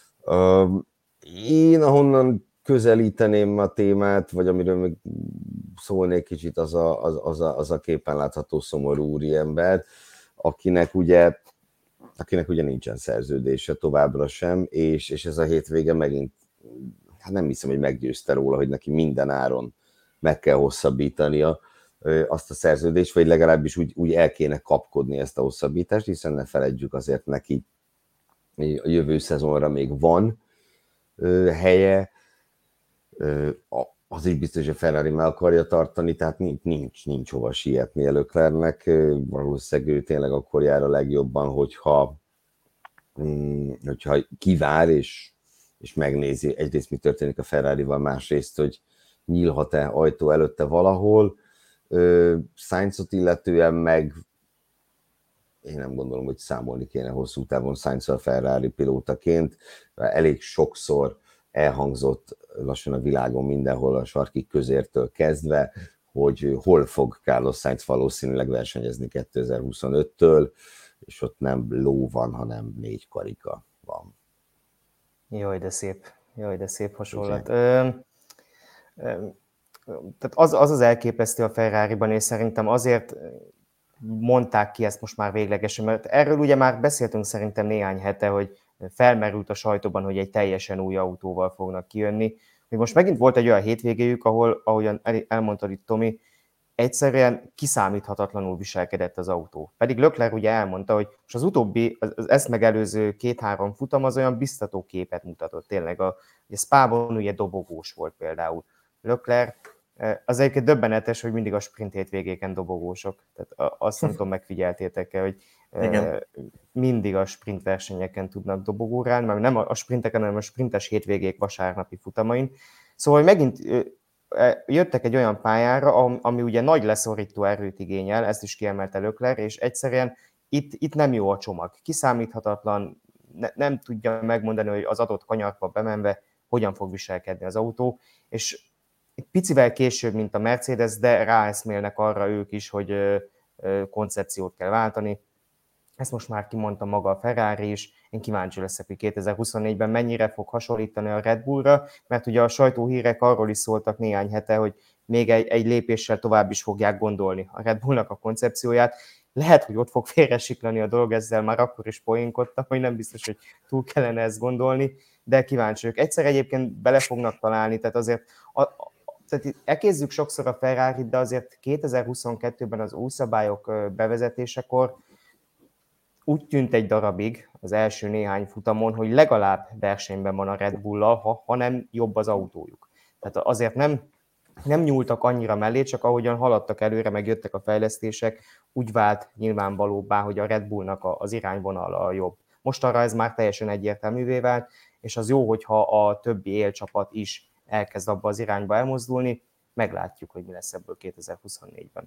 Én ahonnan közelíteném a témát, vagy amiről még szólnék kicsit, az a képen látható szomorú úriember, akinek ugye nincsen szerződése továbbra sem, és ez a hétvége megint, hát nem hiszem, hogy meggyőzte róla, hogy neki minden áron meg kell hosszabbítania azt a szerződést, vagy legalábbis úgy el kéne kapkodni ezt a hosszabbítást, hiszen ne feledjük, azért neki a jövő szezonra még van helye, az is biztos, hogy a Ferrari meg akarja tartani, tehát nincs hova sietni Leclercnek, valószínűleg ő tényleg akkor jár a legjobban, hogyha kivár és megnézi egyrészt, mi történik a Ferrarival, másrészt, hogy nyílhat-e ajtó előtte valahol. Sainzot illetően meg én nem gondolom, hogy számolni kéne hosszú távon Sainz-al Ferrari pilótaként. Elég sokszor elhangzott lassan a világon mindenhol a sarki közértől kezdve, hogy hol fog Carlos Sainz valószínűleg versenyezni 2025-től, és ott nem ló van, hanem 4 karika van. Jaj, de szép hasonlat. Tehát az elképesztő a Ferrariban, és szerintem azért mondták ki ezt most már véglegesen, mert erről ugye már beszéltünk szerintem néhány hete, hogy felmerült a sajtóban, hogy egy teljesen új autóval fognak kijönni. Hogy most megint volt egy olyan hétvégéjük, ahogyan elmondtad itt Tomi, egyszerűen kiszámíthatatlanul viselkedett az autó. Pedig Leclerc ugye elmondta, hogy most az utóbbi, az ezt megelőző 2-3 futam az olyan biztató képet mutatott. Tényleg a Spa-ban ugye dobogós volt például. Leclerc, az egyébként döbbenetes, hogy mindig a sprint hétvégéken dobogósok. Tehát azt nem tudom, megfigyeltétek-e, hogy mindig a sprint versenyeken tudnak dobogórálni, mert nem a sprinteken, hanem a sprintes hétvégék vasárnapi futamain. Szóval megint jöttek egy olyan pályára, ami ugye nagy leszorító erőt igényel, ezt is kiemelte Leclerc, és egyszerűen itt nem jó a csomag. Kiszámíthatatlan, nem tudja megmondani, hogy az adott kanyarba bemenve hogyan fog viselkedni az autó, és egy picivel később, mint a Mercedes, de ráeszmélnek arra ők is, hogy koncepciót kell váltani. Ezt most már kimondta maga a Ferrari is. Én kíváncsi leszek, hogy 2024-ben mennyire fog hasonlítani a Red Bullra, mert ugye a sajtóhírek arról is szóltak néhány hete, hogy még egy lépéssel tovább is fogják gondolni a Red Bullnak a koncepcióját. Lehet, hogy ott fog félresiklani a dolog, ezzel már akkor is poénkodtam, hogy nem biztos, hogy túl kellene ezt gondolni, de kíváncsi vagyok. Egyszer egyébként bele fognak találni, tehát azért tehát elkézzük sokszor a Ferrarit, de azért 2022-ben az új szabályok bevezetésekor úgy tűnt egy darabig az első néhány futamon, hogy legalább versenyben van a Red Bull-al, hanem jobb az autójuk. Tehát azért nem nyúltak annyira mellé, csak ahogyan haladtak előre, meg jöttek a fejlesztések, úgy vált nyilvánvalóbbá, hogy a Red Bullnak az irányvonala jobb. Mostanra ez már teljesen egyértelművé vált, és az jó, hogyha a többi élcsapat is elkezd abba az irányba elmozdulni, meglátjuk, hogy mi lesz ebből 2024-ben.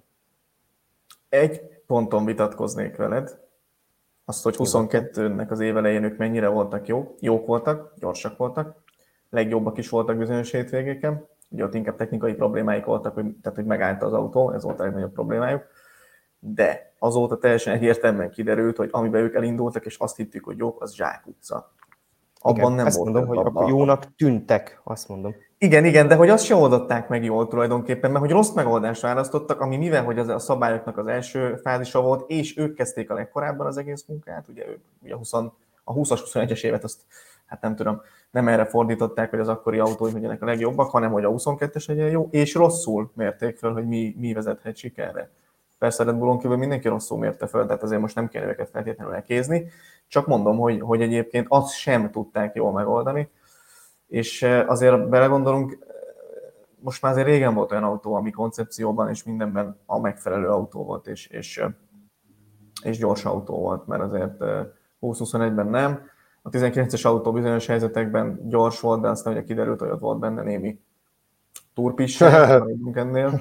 Egy ponton vitatkoznék veled, azt, hogy 22-nek az évelején ők mennyire voltak jók voltak, gyorsak voltak, legjobbak is voltak bizonyos hétvégéken, ugye ott inkább technikai problémáik voltak, tehát hogy megállt az autó, ez volt a legnagyobb problémájuk, de azóta teljesen egyértelműen kiderült, hogy amiben ők elindultak, és azt hittük, hogy jók, az zsákutca. Abban igen, nem azt volt mondom, hogy akkor jónak tűntek, azt mondom. Igen, de hogy azt sem oldották meg jól tulajdonképpen, mert hogy rossz megoldást választottak, ami mivel, hogy a szabályoknak az első fázisa volt, és ők kezdték a legkorábban az egész munkát, ugye ők ugye a 20-as, 21-es évet azt, hát nem tudom, nem erre fordították, hogy az akkori autói legyenek a legjobbak, hanem hogy a 22-es legyen jó, és rosszul mérték föl, hogy mi vezethet sikerre. Persze a Red Bullon kívül mindenki rosszul mérte föl, tehát azért most nem kell őket feltétlenül elkézni, csak mondom, hogy egyébként azt sem tudták jól megoldani, és azért belegondolunk, most már azért régen volt olyan autó, ami koncepcióban és mindenben a megfelelő autó volt, és gyors autó volt, mert azért 20-21-ben nem. A 19-es autó bizonyos helyzetekben gyors volt, de aztán ugye kiderült, hogy ott volt benne némi turpisság, ennél.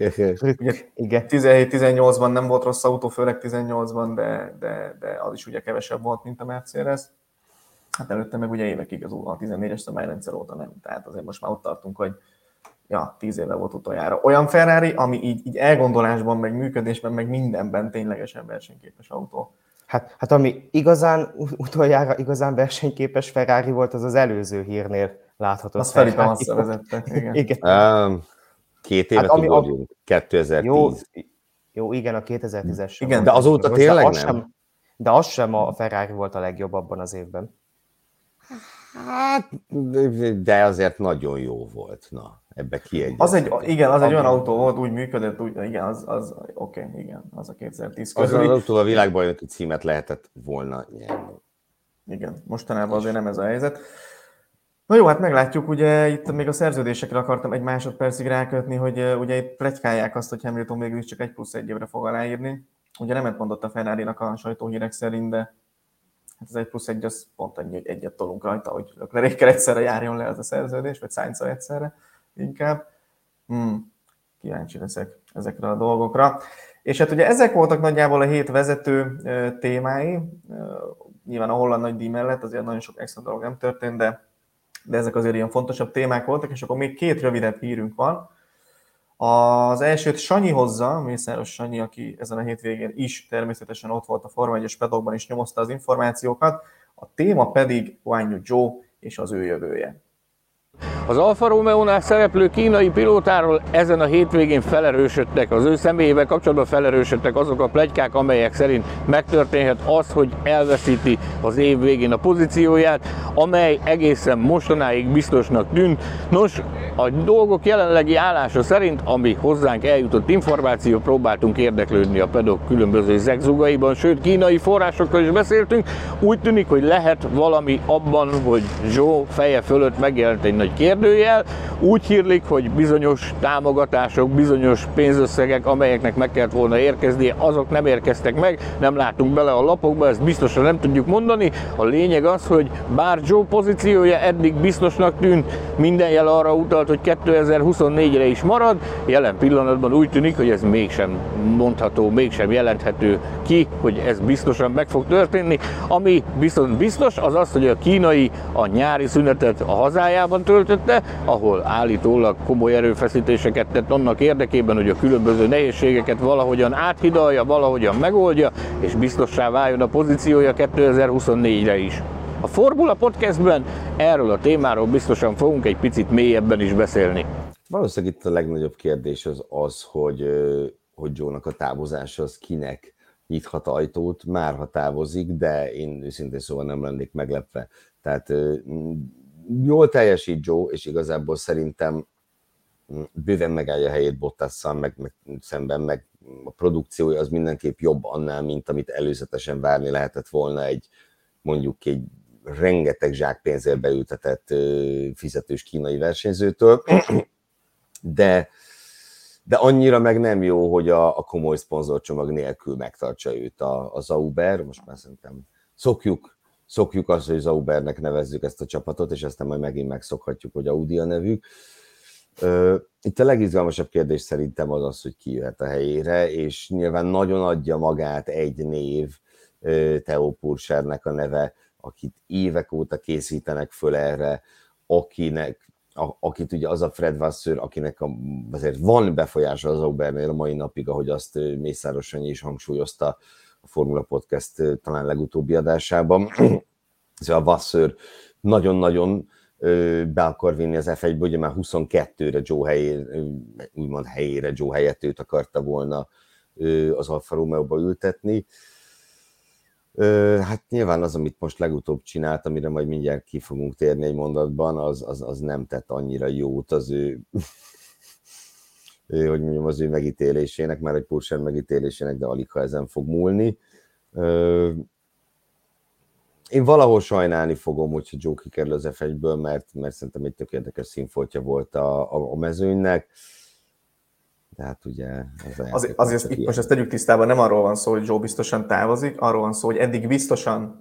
Ugye 17-18-ban nem volt rossz autó, főleg 18-ban, de az is ugye kevesebb volt, mint a Mercedes. Hát előtte meg ugye évekig a 14-es szabályrendszer óta nem. Tehát azért most már ott tartunk, hogy 10 éve volt utoljára olyan Ferrari, ami így elgondolásban, meg működésben, meg mindenben ténylegesen versenyképes autó. Hát ami utoljára igazán versenyképes Ferrari volt, az előző hírnél látható. Azt Felipe Massa vezette, igen. 2 évet ugorjunk, 2010. Jó, igen, a 2010-es. Igen, de azóta tényleg nem. De az sem a Ferrari volt a legjobb abban az évben. Hát, de azért nagyon jó volt. Na, ebbe kiegyeztetünk. Az egy olyan autó volt, úgy működött, igen, az a 2010 közül. Az autó a világbajnoki címet lehetett volna nyerni. Igen, mostanában azért nem ez a helyzet. Na jó, hát meglátjuk, ugye itt még a szerződésekre akartam egy másodpercig rákötni, hogy ugye itt pletykálják azt, hogy Hamilton végül is csak 1+1 évre fog aláírni. Ugye nemet mondott a Ferrari-nak a sajtóhírek szerint, de hát az 1+1 az pont annyi, hogy egyet tolunk rajta, hogy Leclerc-kel egyszerre járjon le ez a szerződés, vagy Sainz-al egyszerre inkább. Kíváncsi leszek ezekre a dolgokra. És hát ugye ezek voltak nagyjából a hét vezető témái. Nyilván a holland nagydíj mellett azért nagyon sok extra dolog nem történt, de ezek azért ilyen fontosabb témák voltak, és akkor még 2 rövidebb hírünk van. Az elsőt Sanyi hozza, Mészáros Sanyi, aki ezen a hétvégén is természetesen ott volt a Forma 1-es paddockban és nyomozta az információkat. A téma pedig Guan Yu Zhou és az ő jövője. Az Alfa Romeo-nál szereplő kínai pilótáról ezen a hétvégén felerősödtek, az ő személyével kapcsolatban felerősödtek azok a pletykák, amelyek szerint megtörténhet az, hogy elveszíti az év végén a pozícióját, amely egészen mostanáig biztosnak tűnt. Nos, a dolgok jelenlegi állása szerint, ami hozzánk eljutott információ, próbáltunk érdeklődni a paddock különböző zegzugaiban, sőt kínai forrásokkal is beszéltünk, úgy tűnik, hogy lehet valami abban, hogy Zhou feje fölött megjelent egy nagy kérdőjel. Úgy hírlik, hogy bizonyos támogatások, bizonyos pénzösszegek, amelyeknek meg kellett volna érkeznie, azok nem érkeztek meg, nem látunk bele a lapokba, ezt biztosan nem tudjuk mondani. A lényeg az, hogy bár Zhou pozíciója eddig biztosnak tűnt, minden jel arra utalt, hogy 2024-re is marad, jelen pillanatban úgy tűnik, hogy ez mégsem mondható, mégsem jelenthető ki, hogy ez biztosan meg fog történni. Ami viszont biztos, az az, hogy a kínai a nyári szünetet a hazájában töltötte, vezette, ahol állítólag komoly erőfeszítéseket tett annak érdekében, hogy a különböző nehézségeket valahogyan áthidalja, valahogyan megoldja, és biztossá váljon a pozíciója 2024-re is. A Formula Podcastben erről a témáról biztosan fogunk egy picit mélyebben is beszélni. Valószínűleg itt a legnagyobb kérdés az hogy Joe-nak a távozása az kinek nyithat ajtót, már ha távozik, de én őszintén szóval nem lennék meglepve. Tehát jól teljesít Joe, és igazából szerintem bőven megállja a helyét Bottasszal, meg szemben, meg a produkciója az mindenképp jobb annál, mint amit előzetesen várni lehetett volna mondjuk egy rengeteg zsákpénzért beültetett fizetős kínai versenyzőtől, de annyira meg nem jó, hogy a komoly szponzorcsomag nélkül megtartsa őt a Sauber. Most már szerintem szokjuk azt, hogy Saubernek nevezzük ezt a csapatot, és aztán majd megint megszokhatjuk, hogy Audi a nevük. Itt a legizgalmasabb kérdés szerintem az, hogy ki jöhet a helyére, és nyilván nagyon adja magát egy név, Theo Pursernek a neve, akit évek óta készítenek föl erre, akit ugye az a Fred Vasseur, akinek azért van befolyása az Saubernél a mai napig, ahogy azt Mészáros Sanyi is hangsúlyozta a Formula Podcast talán legutóbbi adásában. Szóval a Vasseur nagyon-nagyon be akar vinni az F1-ből, ugye már 22-re Joe helyére Joe helyett őt akarta volna az Alfa Romeo-ba ültetni. Hát nyilván az, amit most legutóbb csinált, amire majd mindjárt ki fogunk térni egy mondatban, az nem tett annyira jót az ő, hogy mondjam, az ő megítélésének, már egy Purser megítélésének, de alig ha ezen fog múlni. Én valahol sajnálni fogom, hogyha Joe kikerül az F1-ből, mert szerintem egy tök érdekes színfoltja volt a mezőnynek. De hát ugye... Azért itt most ezt tegyük tisztában, nem arról van szó, hogy Joe biztosan távozik, arról van szó, hogy eddig biztosan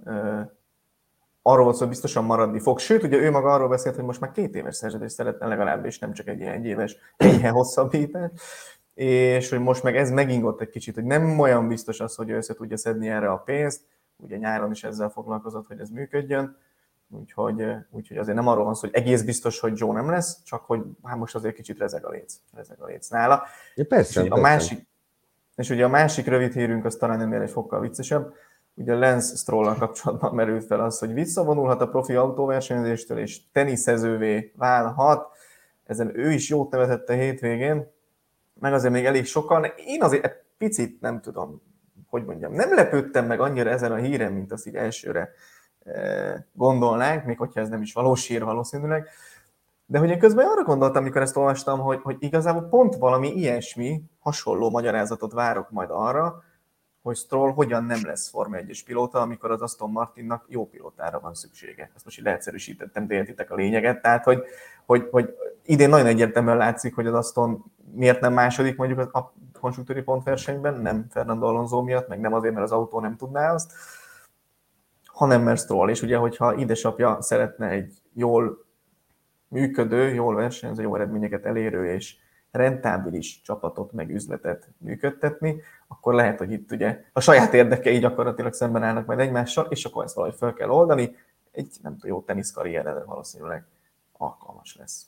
maradni fog. Sőt, ugye ő maga arról beszélt, hogy most már 2 éves szerződést szeretne legalább, és nem csak egy ilyen 1 éves, enyhe hosszabbítás. És hogy most meg ez megingott egy kicsit, hogy nem olyan biztos az, hogy ő össze tudja szedni erre a pénzt. Ugye nyáron is ezzel foglalkozott, hogy ez működjön. Úgyhogy azért nem arról van szó, hogy egész biztos, hogy Joe nem lesz, csak hogy hát most azért kicsit rezeg a léc nála. Ja, persze, és ugye a másik rövid hírünk az talán ennél egy fokkal viccesebb. Ugye Lance Stroll-al kapcsolatban merült fel az, hogy visszavonulhat a profi autóversenyzéstől, és teniszezővé válhat. Ezen ő is jót nevetett a hétvégén, meg azért még elég sokan. Én azért egy picit nem tudom, hogy mondjam, nem lepődtem meg annyira ezen a híren, mint azt így elsőre gondolnánk, még hogyha ez nem is valós hír valószínűleg, de hogy én közben arra gondoltam, amikor ezt olvastam, hogy igazából pont valami ilyesmi, hasonló magyarázatot várok majd arra, hogy Stroll hogyan nem lesz Forma 1-es pilóta, amikor az Aston Martinnak jó pilótára van szüksége. Ezt most így leegyszerűsítettem, de értitek a lényeget. Tehát, hogy idén nagyon egyértelműen látszik, hogy az Aston miért nem második mondjuk a konstruktőri pontversenyben, nem Fernando Alonso miatt, meg nem azért, mert az autó nem tudná azt, hanem mert Stroll. És ugye, hogyha édesapja szeretne egy jól működő, jól versenyző, jó eredményeket elérő és rentábilis csapatot, meg üzletet működtetni, akkor lehet, hogy itt ugye a saját érdekei gyakorlatilag szemben állnak majd egymással, és akkor ezt valahogy fel kell oldani. Egy nem tudom, jó teniszkarrierre valószínűleg alkalmas lesz.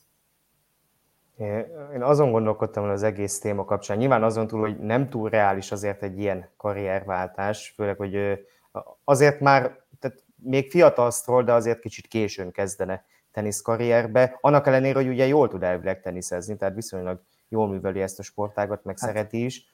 Én azon gondolkodtam az egész téma kapcsán. Nyilván azon túl, hogy nem túl reális azért egy ilyen karrierváltás, főleg, hogy azért már, tehát még fiatal Stroll, de azért kicsit későn kezdene teniszkarrierbe. Annak ellenére, hogy ugye jól tud elvileg teniszezni, tehát viszonylag jól műveli ezt a sportágat, meg szereti is.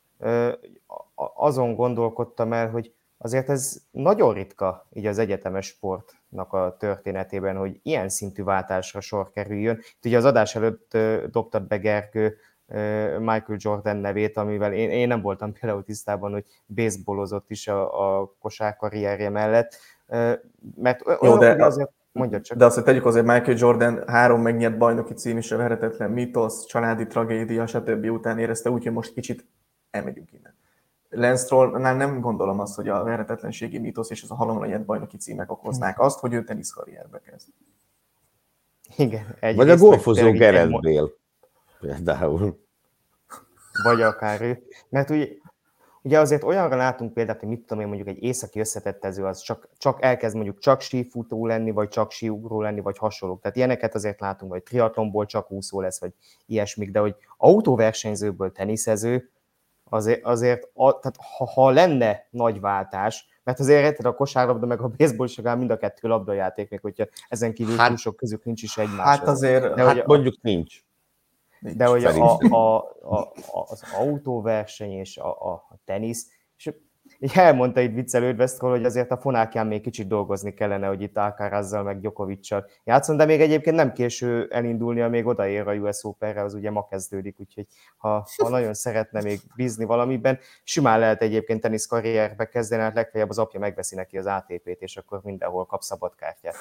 Azon gondolkodtam el, hogy azért ez nagyon ritka így az egyetemes sportnak a történetében, hogy ilyen szintű váltásra sor kerüljön. Itt ugye az adás előtt dobtad be, Gergő, Michael Jordan nevét, amivel én nem voltam például tisztában, hogy baseballozott is a kosárkarrierje mellett. Mert jó, de azért mondja csak. De azt, hogy tegyük azért, Michael Jordan 3 megnyert bajnoki cím is a verhetetlen mítosz, családi tragédia, stb. Után érezte, úgyhogy most kicsit elmegyünk innen. Lance Strollnál nem gondolom azt, hogy a verhetetlenségi mítosz és az a halomra nyert bajnoki címek okoznák azt, hogy ő teniszkarrierbe kezd. Igen. Vagy a golfozó Gareth Bale például. Vagy akár ő. Mert ugye azért olyanra látunk példát, hogy mit tudom én, mondjuk egy északi összetettező az csak elkezd mondjuk csak sífutó lenni, vagy csak síugró lenni, vagy hasonlók. Tehát ilyeneket azért látunk, vagy triatlonból csak úszó lesz, vagy ilyesmik, de hogy autóversenyzőből teniszező, azért tehát ha lenne nagy váltás, mert azért érted, a kosárlabda meg a baseball is mind a kettő labdajáték, még hogyha ezen kívül túl sok közük nincs is egymás. Hát azért, mondjuk nincs. De hogy az autóverseny és a tenisz, és így elmondta itt viccelődvesztről, hogy azért a fonákján még kicsit dolgozni kellene, hogy itt Alcarazzal meg Djokoviccal játszon, de még egyébként nem késő elindulnia, még odaér a US Openre, az ugye ma kezdődik, úgyhogy ha nagyon szeretne még bízni valamiben, simán lehet egyébként teniszkarrierbe kezdeni, hát legfeljebb az apja megveszi neki az ATP-t, és akkor mindenhol kap szabadkártyát.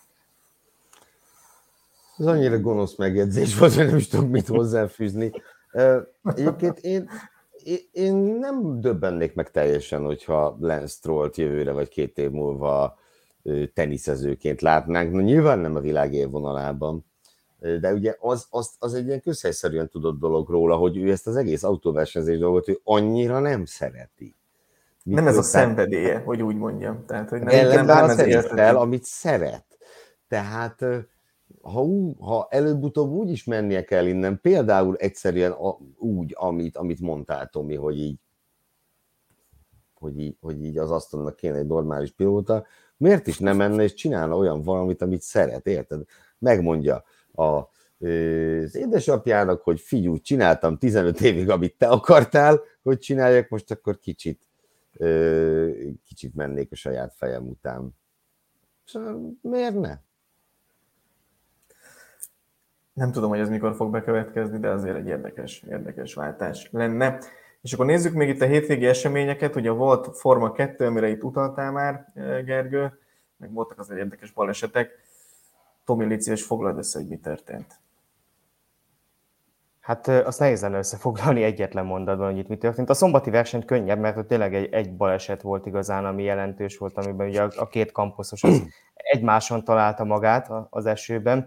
Ez annyira gonosz megjegyzés volt, hogy nem is tudok mit hozzáfűzni. Egyébként én nem döbbennék meg teljesen, hogyha Lance Strollt jövőre vagy 2 év múlva teniszezőként látnánk. No, nyilván nem a világ élvonalában, de ugye az egy ilyen közhelyszerűen tudott dolog róla, hogy ő ezt az egész autóversenyzés dolgot ő annyira nem szereti. Nem ez a szenvedélye, hogy úgy mondjam. Tehát, hogy nem ez el, amit szeret. Tehát ha előbb-utóbb úgy is mennie kell innen, például egyszerűen úgy, amit mondtál, Tomi, hogy így az asztalnak kéne egy normális pilóta, miért is nem menne és csinálna olyan valamit, amit szeret, érted? Megmondja az édesapjának, hogy figyelj, csináltam 15 évig, amit te akartál, hogy csináljak, most akkor kicsit mennék a saját fejem után. Miért ne? Nem tudom, hogy ez mikor fog bekövetkezni, de azért egy érdekes váltás lenne. És akkor nézzük még itt a hétvégi eseményeket. Ugye volt Forma 2, amire itt utaltál már, Gergő, meg voltak azért érdekes balesetek. Tomi, légy szíves, foglald össze, hogy mi történt. Hát azt nehéz lenne összefoglalni egyetlen mondatban, hogy itt mi történt. A szombati versenyt könnyebb, mert ott tényleg egy baleset volt igazán, ami jelentős volt, amiben ugye a 2 kamposzos az egymáson találta magát az esőben.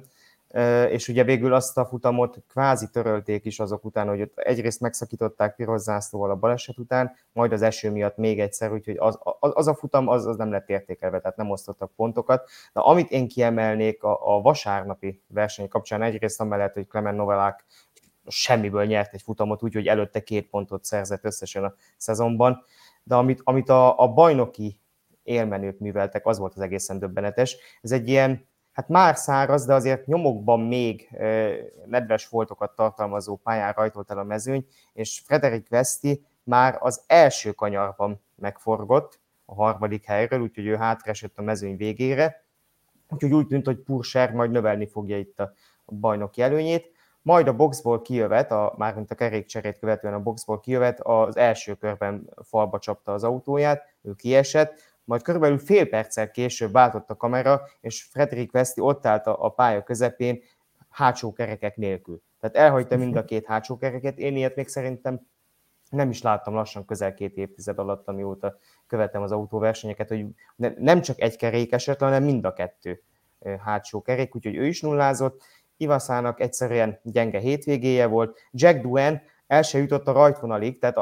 És ugye végül azt a futamot kvázi törölték is azok után, hogy egyrészt megszakították piros zászlóval a baleset után, majd az eső miatt még egyszer, úgyhogy az a futam az nem lett értékelve, tehát nem osztottak pontokat. De amit én kiemelnék a vasárnapi verseny kapcsán, egyrészt amellett, hogy Clement Novelák semmiből nyert egy futamot, úgyhogy előtte 2 pontot szerzett összesen a szezonban, de amit a bajnoki élmenők műveltek, az volt az egészen döbbenetes. Ez egy ilyen, hát már száraz, de azért nyomokban még nedves foltokat tartalmazó pályán rajtolt el a mezőny, és Frederik Veszti már az első kanyarban megforgott a 3. helyről, úgyhogy ő hátraesett a mezőny végére, úgyhogy úgy tűnt, hogy Purser majd növelni fogja itt a bajnoki előnyét. Majd a boxból kijövet, mármint a kerékcserét követően a boxból kijövet, az első körben falba csapta az autóját, ő kiesett, majd körülbelül fél perccel később váltott a kamera, és Frederik Veszti ott állt a pálya közepén hátsó kerekek nélkül. Tehát elhagyta mind a 2 hátsó kereket, én ilyet még szerintem nem is láttam lassan közel 2 évtized alatt, amióta követem az autóversenyeket, hogy nem csak egy kerék esett, hanem mind a 2 hátsó kerék, úgyhogy ő is nullázott. Iwasának egyszerűen gyenge hétvégéje volt. Jack Doohan el se jutott a rajtvonalig, tehát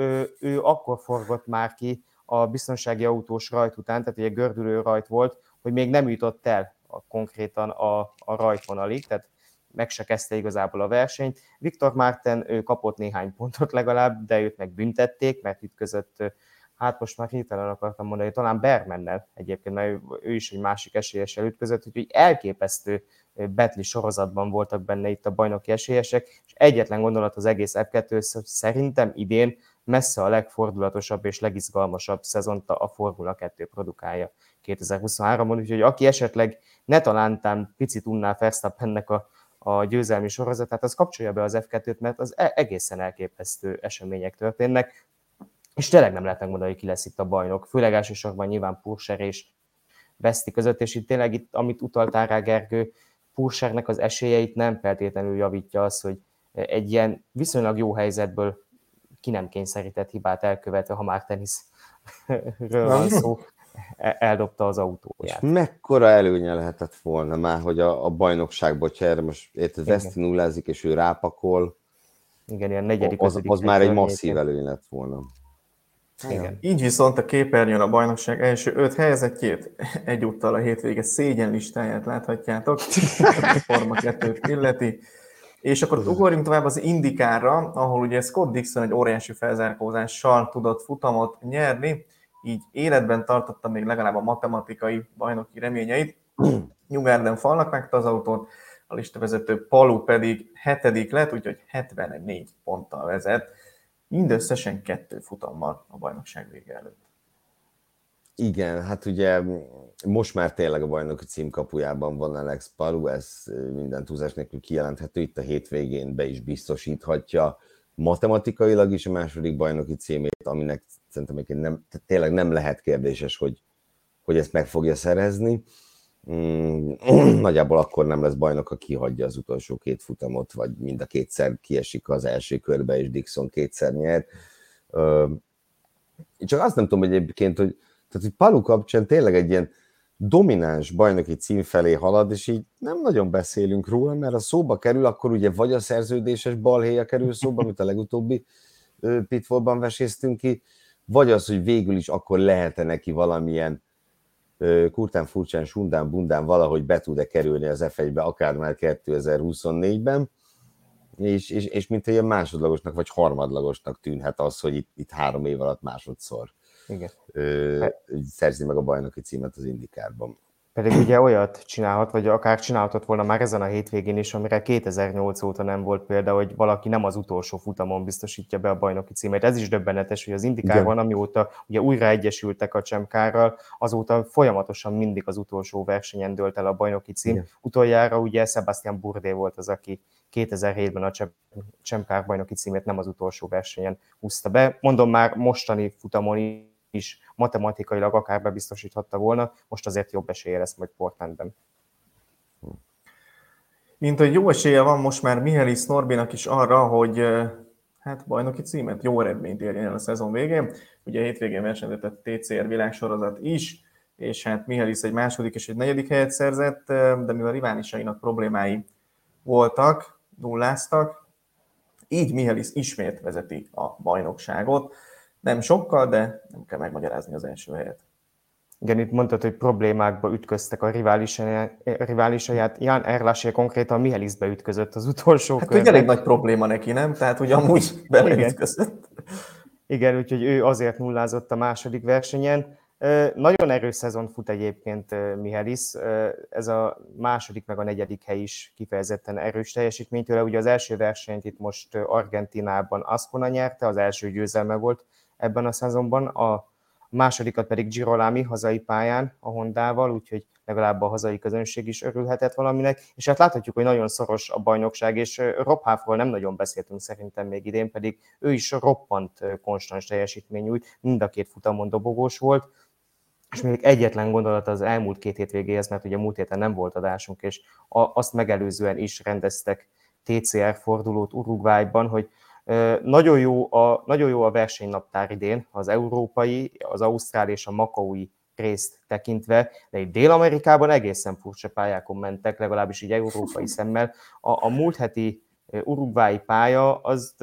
ő akkor forgott már ki a biztonsági autós rajt után, tehát ugye gördülő rajt volt, hogy még nem jutott el konkrétan a rajtvonalig, tehát meg se kezdte igazából a versenyt. Viktor Márten ő kapott néhány pontot legalább, de őt meg büntették, mert itt között, hát most már hirtelen akartam mondani, hogy talán Bermannel egyébként, mert ő is egy másik esélyessel ütközött, úgyhogy elképesztő betli sorozatban voltak benne itt a bajnoki esélyesek, és egyetlen gondolat az egész F2, hogy szerintem idén messze a legfordulatosabb és legizgalmasabb szezont a Formula 2 produkálja 2023-ban, úgyhogy aki esetleg netalántán picit unná Verstappennek a győzelmi sorozatát, az kapcsolja be az F2-t, mert az egészen elképesztő események történnek, és tényleg nem lehet megmondani, hogy ki lesz itt a bajnok, főleg elsősorban nyilván Purser és Veszti között, és itt tényleg, amit utaltál rá, Gergő, Pursernek az esélyeit nem feltétlenül javítja az, hogy egy ilyen viszonylag jó helyzetből ki nem kényszerített hibát elkövetve, ha már teniszről van szó, eldobta az autóját. És mekkora előnye lehetett volna már, hogy a bajnokságban, ha erre most érted, Veszti nullázik, és ő rápakol, igen, ilyen negyedik, az már egy masszív előny lett volna. Igen. Így viszont a képernyőn a bajnokság első 5 helyezettjét egyúttal a hétvége szégyen listáját láthatjátok, ami Forma 2-t illeti. És akkor ugorjunk tovább az IndyCarra, ahol ugye Scott Dixon egy óriási felzárkózással tudott futamot nyerni, így életben tartotta még legalább a matematikai bajnoki reményeit. Newgarden falnak vágta az autót, a listavezető Palou pedig 7. lett, úgyhogy 74 ponttal vezet, mindösszesen 2 futammal a bajnokság vége előtt. Igen, hát ugye most már tényleg a bajnoki cím kapujában van Alex Palou, ez minden túlzás nélkül kijelenthető, itt a hétvégén be is biztosíthatja matematikailag is a második bajnoki címét, aminek szerintem tényleg nem lehet kérdéses, hogy ezt meg fogja szerezni. Nagyjából akkor nem lesz bajnok, ha kihagyja az utolsó 2 futamot, vagy mind a kétszer kiesik az első körbe, és Dixon 2-szer nyer. Csak azt nem tudom, hogy egyébként, hogy Palou kapcsán tényleg egy ilyen domináns bajnoki cím felé halad, és így nem nagyon beszélünk róla, mert ha szóba kerül, akkor ugye vagy a szerződéses balhéja kerül szóba, amit a legutóbbi pitfallban veséztünk ki, vagy az, hogy végül is akkor lehet-e neki valamilyen kurtán, furcsán, sundán, bundán valahogy be tud-e kerülni az F1-be, akár már 2024-ben, és mint egy másodlagosnak vagy harmadlagosnak tűnhet az, hogy itt 3 év alatt másodszor szerzi meg a bajnoki címet az IndyCarban. Pedig ugye olyat csinálhat, vagy akár csinálhatott volna már ezen a hétvégén is, amire 2008 óta nem volt példa, hogy valaki nem az utolsó futamon biztosítja be a bajnoki címét. Ez is döbbenetes, hogy az IndyCarban, amióta ugye újra egyesültek a Champ Carral, azóta folyamatosan mindig az utolsó versenyen dőlt el a bajnoki cím. Igen. Utoljára ugye Sebastian Bourdais volt az, aki 2007-ben a Champ Car bajnoki címét nem az utolsó versenyen húzta be. Mondom, már mostani futamon is matematikailag akár bebiztosíthatta volna, most azért jobb esélye lesz majd Portlandben. Mint hogy jó esélye van most már Mihály Norbinak is arra, hogy hát bajnoki címet, jó eredményt érjen el a szezon végén. Ugye hétvégén versenyzett TCR világsorozat is, és hát Mihály egy második és egy 4. helyet szerzett, de mivel riválisainak problémái voltak, nulláztak, így Mihály ismét vezeti a bajnokságot. Nem sokkal, de nem kell megmagyarázni az első helyet. Igen, itt mondtad, hogy problémákba ütköztek a riválisaját. Jan Erlaché konkrétan Mihálybe ütközött az utolsó körben. Hát ugye elég nagy probléma neki, nem? Tehát, hogy amúgy beleütközött. Igen, úgyhogy ő azért nullázott a második versenyen. Nagyon erős szezon fut egyébként Mihály. Ez a második meg a 4. hely is kifejezetten erős teljesítmény tőle. Ugye az első versenyt itt most Argentinában Ascona nyerte, az első győzelme volt ebben a szezonban, a másodikat pedig Girolami hazai pályán a Hondával, úgyhogy legalább a hazai közönség is örülhetett valaminek, és hát láthatjuk, hogy nagyon szoros a bajnokság, és Rob Halfról nem nagyon beszéltünk szerintem még idén, pedig ő is roppant konstans teljesítmény nyújt, mind a 2 futamon dobogós volt, és még egyetlen gondolat az elmúlt 2 hétvégéhez, mert ugye múlt héten nem volt adásunk, és azt megelőzően is rendeztek TCR fordulót Uruguayban, hogy nagyon jó a versenynaptár idén, az európai, az ausztrál és a makaui részt tekintve, de itt Dél-Amerikában egészen furcsa pályákon mentek, legalábbis így európai szemmel. A múlt heti uruguayi pálya, az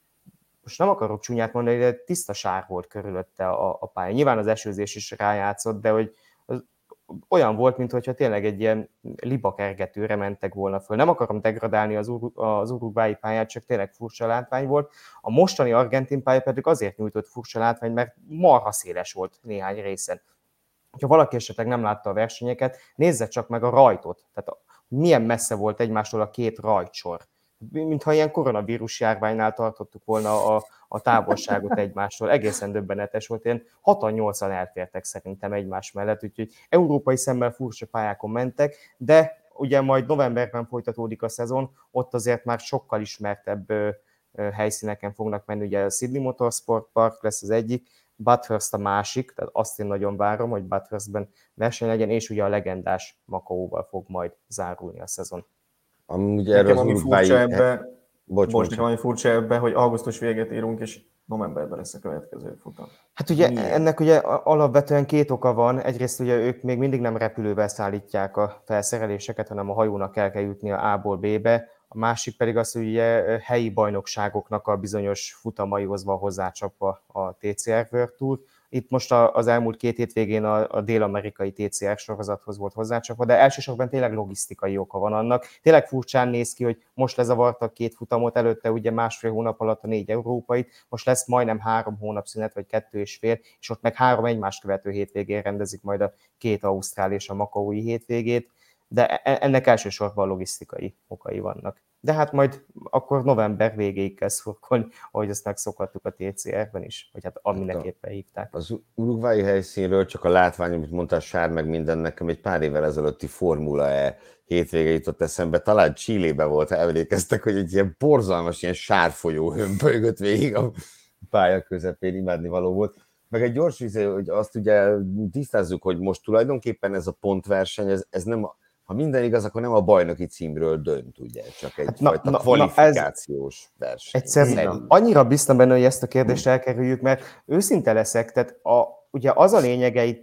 most nem akarok csúnyát mondani, de tiszta sár volt körülötte a pálya. Nyilván az esőzés is rájátszott, de hogy olyan volt, mintha tényleg egy ilyen libakergetőre mentek volna föl. Nem akarom degradálni az uruguayi pályát, csak tényleg furcsa látvány volt. A mostani argentin pálya pedig azért nyújtott furcsa látvány, mert marha széles volt néhány részen. Ha valaki esetleg nem látta a versenyeket, nézze csak meg a rajtot. Tehát milyen messze volt egymástól a 2 rajtsor. Mintha ilyen koronavírus járványnál tartottuk volna a távolságot egymástól. Egészen döbbenetes volt, ilyen 6-8-an elfértek szerintem egymás mellett, úgyhogy európai szemmel furcsa pályákon mentek, de ugye majd novemberben folytatódik a szezon, ott azért már sokkal ismertebb helyszíneken fognak menni, ugye a Sydney Motorsport Park lesz az egyik, Bathurst a másik, tehát azt én nagyon várom, hogy Bathurstben verseny legyen, és ugye a legendás Makaóval fog majd zárulni a szezon. Nekem ami furcsa ebbe, hogy augusztus véget írunk, és novemberben lesz a következő futam. Hát ugye ennek ugye alapvetően 2 oka van. Egyrészt ugye ők még mindig nem repülővel szállítják a felszereléseket, hanem a hajónak el kell jutni A-ból B-be. a másik pedig az, hogy ugye helyi bajnokságoknak a bizonyos futamaihoz van hozzácsapva a TCR World Tour. Itt most az elmúlt 2 hétvégén a dél-amerikai TCR sorozathoz volt hozzácsapva, de elsősorban tényleg logisztikai oka van annak. Tényleg furcsán néz ki, hogy most lezavartak 2 futamot, előtte ugye 1,5 hónap alatt a 4 európait, most lesz majdnem 3 hónap szünet, vagy 2,5, és ott meg 3 egymást követő hétvégén rendezik majd a 2 ausztrál és a makaói hétvégét, de ennek elsősorban logisztikai okai vannak. De hát majd akkor november végéig kell szurkolni, ahogy azt megszokhattuk a TCR-ben is, vagy hát aminek éppen hívták. Az uruguayi helyszínről csak a látvány, amit mondtál, Sár, meg minden, nekem egy pár évvel ezelőtti Formula E hétvége jutott eszembe, talán Chilébe volt, ha emlékeztek, hogy egy ilyen borzalmas, ilyen sárfolyó hömpölygött végig a pálya közepén, imádnivaló volt. Meg egy gyors izé, hogy azt ugye tisztázzuk, hogy most tulajdonképpen ez a pontverseny, ez nem, ha minden igaz, akkor nem a bajnoki címről dönt, ugye, csak egyfajta kvalifikációs verseny. Egyszer annyira biztos benne, hogy ezt a kérdést elkerüljük, mert őszinte leszek, tehát ugye az a lényege itt,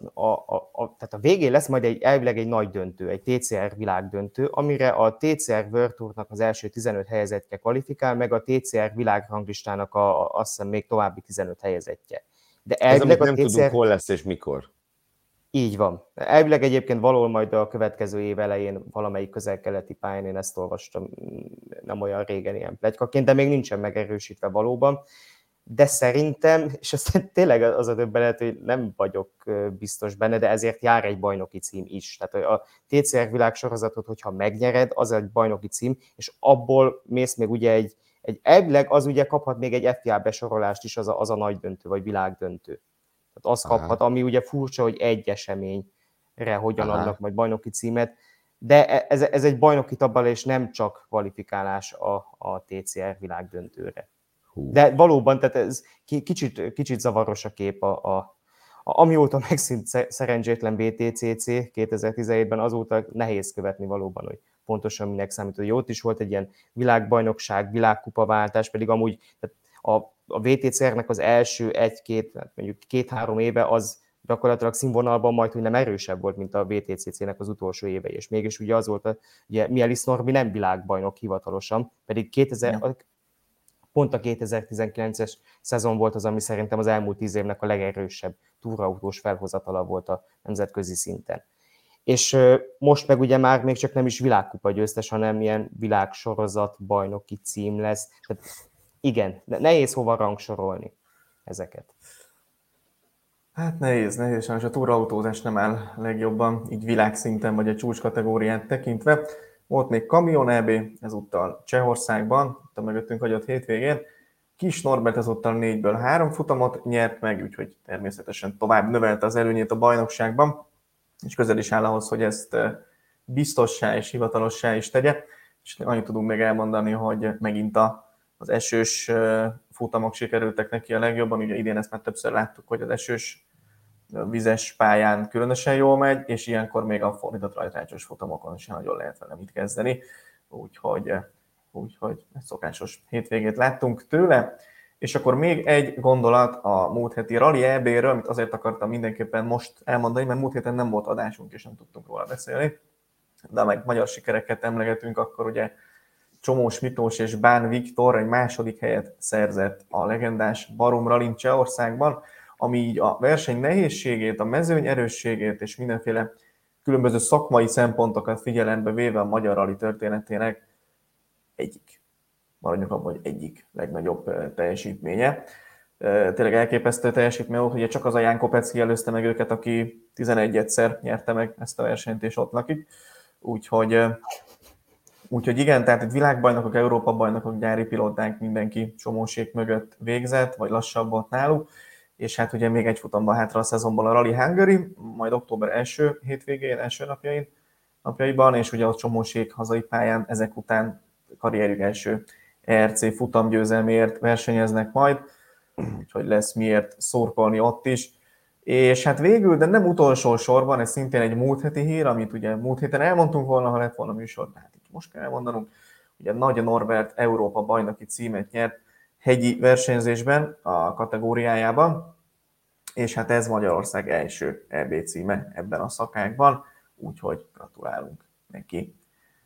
tehát a végén lesz majd elvileg egy nagy döntő, egy TCR világdöntő, amire a TCR World Tournak az első 15 helyezettje kvalifikál, meg a TCR világranglistának azt hiszem még további 15 helyezettje. De elvileg ez, amit nem tudunk, hol lesz és mikor. Így van. Elvileg egyébként valahol majd a következő év elején valamelyik közel-keleti pályán, én ezt olvastam nem olyan régen ilyen pletykaként, de még nincsen megerősítve valóban. De szerintem, és ez tényleg az a döbbenet, hogy nem vagyok biztos benne, de ezért jár egy bajnoki cím is. Tehát a TCR világsorozatot, hogyha megnyered, az egy bajnoki cím, és abból mész még ugye egy elvileg az ugye kaphat még egy FIA besorolást is, az a nagy döntő, vagy világdöntő. Tehát azt kaphat, ami ugye furcsa, hogy egy eseményre hogyan adnak majd bajnoki címet, de ez egy bajnoki tabella, és nem csak kvalifikálás a TCR világdöntőre. De valóban, tehát ez kicsit zavaros a kép, amióta megszűnt szerencsétlen BTCC 2017-ben, azóta nehéz követni valóban, hogy pontosan minek számít, hogy ott is volt egy ilyen világbajnokság, világkupaváltás, pedig amúgy tehát a VTCR-nek az első 1-2, mondjuk 2-3 éve az gyakorlatilag színvonalban majd, hogy nem erősebb volt, mint a VTCC-nek az utolsó évei, és mégis ugye az volt, ugye Mielis Norbi nem világbajnok hivatalosan, pedig pont a 2019-es szezon volt az, ami szerintem az elmúlt 10 évnek a legerősebb túrautós felhozatala volt a nemzetközi szinten. És most meg ugye már még csak nem is világkupa győztes, hanem ilyen világsorozat bajnoki cím lesz. Tehát igen, nehéz hova rangsorolni ezeket. Hát nehéz, sajnos a túrautózás nem áll legjobban, így világszinten vagy a csúcskategóriát tekintve. Volt még Kamion EB, ezúttal Csehországban, itt a mögöttünk hagyott hétvégén. Kis Norbert ezúttal 4-ből 3 futamot nyert meg, úgyhogy természetesen tovább növelte az előnyét a bajnokságban, és közel is áll ahhoz, hogy ezt biztossá és hivatalossá is tegye. És annyit tudunk még elmondani, hogy megint az esős futamok sikerültek neki a legjobban. Ugye idén ezt már többször láttuk, hogy az esős vizes pályán különösen jól megy, és ilyenkor még a fordított rajtrácsos futamokon sem nagyon lehet vele mit kezdeni. Úgyhogy egy szokásos hétvégét láttunk tőle. És akkor még egy gondolat a múlt heti Rally EB-ről, amit azért akartam mindenképpen most elmondani, mert múlt héten nem volt adásunk, és nem tudtunk róla beszélni. De meg magyar sikereket emlegetünk, akkor ugye Csomós Miklós és Bán Viktor egy második helyet szerzett a legendás Barum Rallyn Csehországban, ami így a verseny nehézségét, a mezőny erősségét és mindenféle különböző szakmai szempontokat figyelembe véve a magyar rally történetének maradjunk abban, hogy egyik legnagyobb teljesítménye. Tényleg elképesztő teljesítmény volt, ugye csak az a Ján Kopecki előzte meg őket, aki 11-szer nyerte meg ezt a versenyt, és ott lakik. Úgyhogy igen, tehát itt világbajnokok, Európa-bajnokok, gyári pilóták, mindenki Csomósék mögött végzett, vagy lassabb volt náluk. És hát ugye még egy futamban hátra a szezonból a Rally Hungary, majd október első hétvégén, első napjaiban, és ugye a Csomósék hazai pályán ezek után karrierjük első ERC futamgyőzelméért versenyeznek majd, úgyhogy lesz miért szurkolni ott is. És hát végül, de nem utolsó sorban, ez szintén egy múlt heti hír, amit ugye múlt héten elmondtunk volna, ha lett volna műsor, de hát most kell elmondanunk. Ugye Nagy Norbert Európa bajnoki címet nyert hegyi versenyzésben a kategóriájában, és hát ez Magyarország első EB címe ebben a szakákban, úgyhogy gratulálunk neki.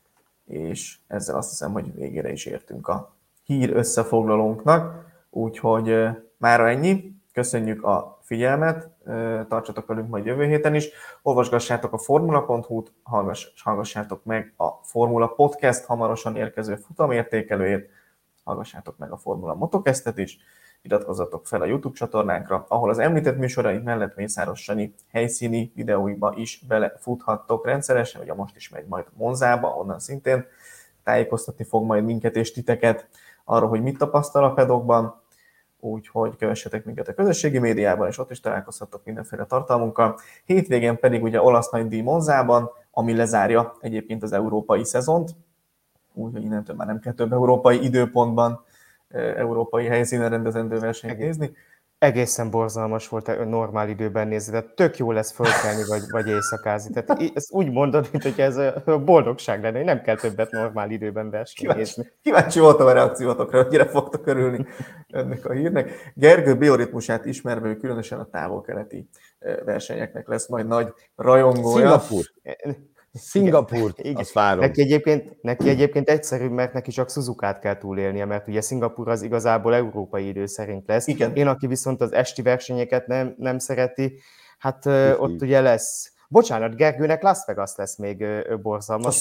és ezzel azt hiszem, hogy végére is értünk a hír összefoglalónknak, úgyhogy mára ennyi. Köszönjük a figyelmet, tartsatok velünk majd jövő héten is, olvasgassátok a formula.hu-t, hallgassátok meg a Formula Podcast hamarosan érkező futamértékelőjét, hallgassátok meg a Formula Motocastet is, iratkozzatok fel a YouTube csatornánkra, ahol az említett műsoraink mellett Mészáros Sanyi helyszíni videóiba is belefuthattok rendszeresen, ugye most is megy majd Monzába, onnan szintén tájékoztatni fog majd minket és titeket arról, hogy mit tapasztal a pedokban, úgyhogy kövessetek minket a közösségi médiában, és ott is találkozhattok mindenféle tartalmunkkal. Hétvégén pedig ugye olasz nagydíj Monzában, ami lezárja egyébként az európai szezont, úgyhogy innentől már nem kell több európai időpontban európai helyszínen rendezendő versenyt nézni. Egészen borzalmas volt normál időben nézni, tehát tök jó lesz fölkelni, vagy éjszakázni. Tehát ezt úgy mondod, mint hogy ez a boldogság lenne, hogy nem kell többet normál időben versenyt nézni. Kíváncsi voltam a reakciótokra, hogy mire fogtok örülni ennek a hírnek. Gergő bioritmusát ismerve, ő különösen a távol-keleti versenyeknek lesz majd nagy rajongója. Szingapúrt, azt várom. Neki egyébként egyszerűbb, mert neki csak Suzukát kell túlélnie, mert ugye Szingapúr az igazából európai idő szerint lesz. Igen. Én, aki viszont az esti versenyeket nem szereti, hát ott ugye lesz... Bocsánat, Gergőnek Las Vegas lesz még borzalmas.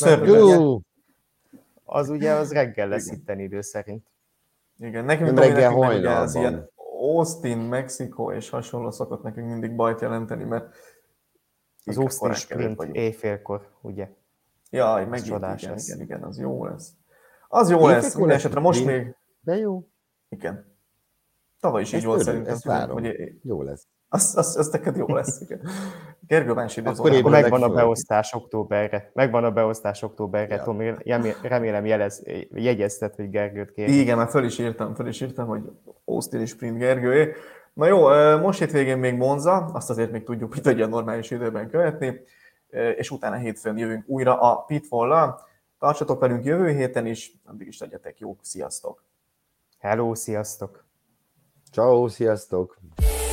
Az ugye az reggel lesz itten idő szerint. Igen, nekünk reggel ugye az ilyen Austin, Mexikó és hasonló szokott nekünk mindig bajt jelenteni, mert az Austin sprint éjfélkor, ugye? Jaj, megint igen, az jó lesz. Az jó lesz, minden esetre most még... De jó. Igen. Tavaly is így volt szerintem. Ezt várom, jó lesz. Az neked jó lesz, igen. Gergő más időzóra. Akkor megvan a beosztás októberre. Tomi, remélem jegyezted, hogy Gergőt kérni. Igen, már föl is írtam, hogy Austin sprint Gergőé. Na jó, most hétvégén még Monza, azt azért még tudjuk, hogy a normális időben követni, és utána hétfőn jövünk újra a Pitfall-lal. Tartsatok velünk jövő héten is, addig is legyetek jók, sziasztok! Hello, sziasztok! Ciao, sziasztok!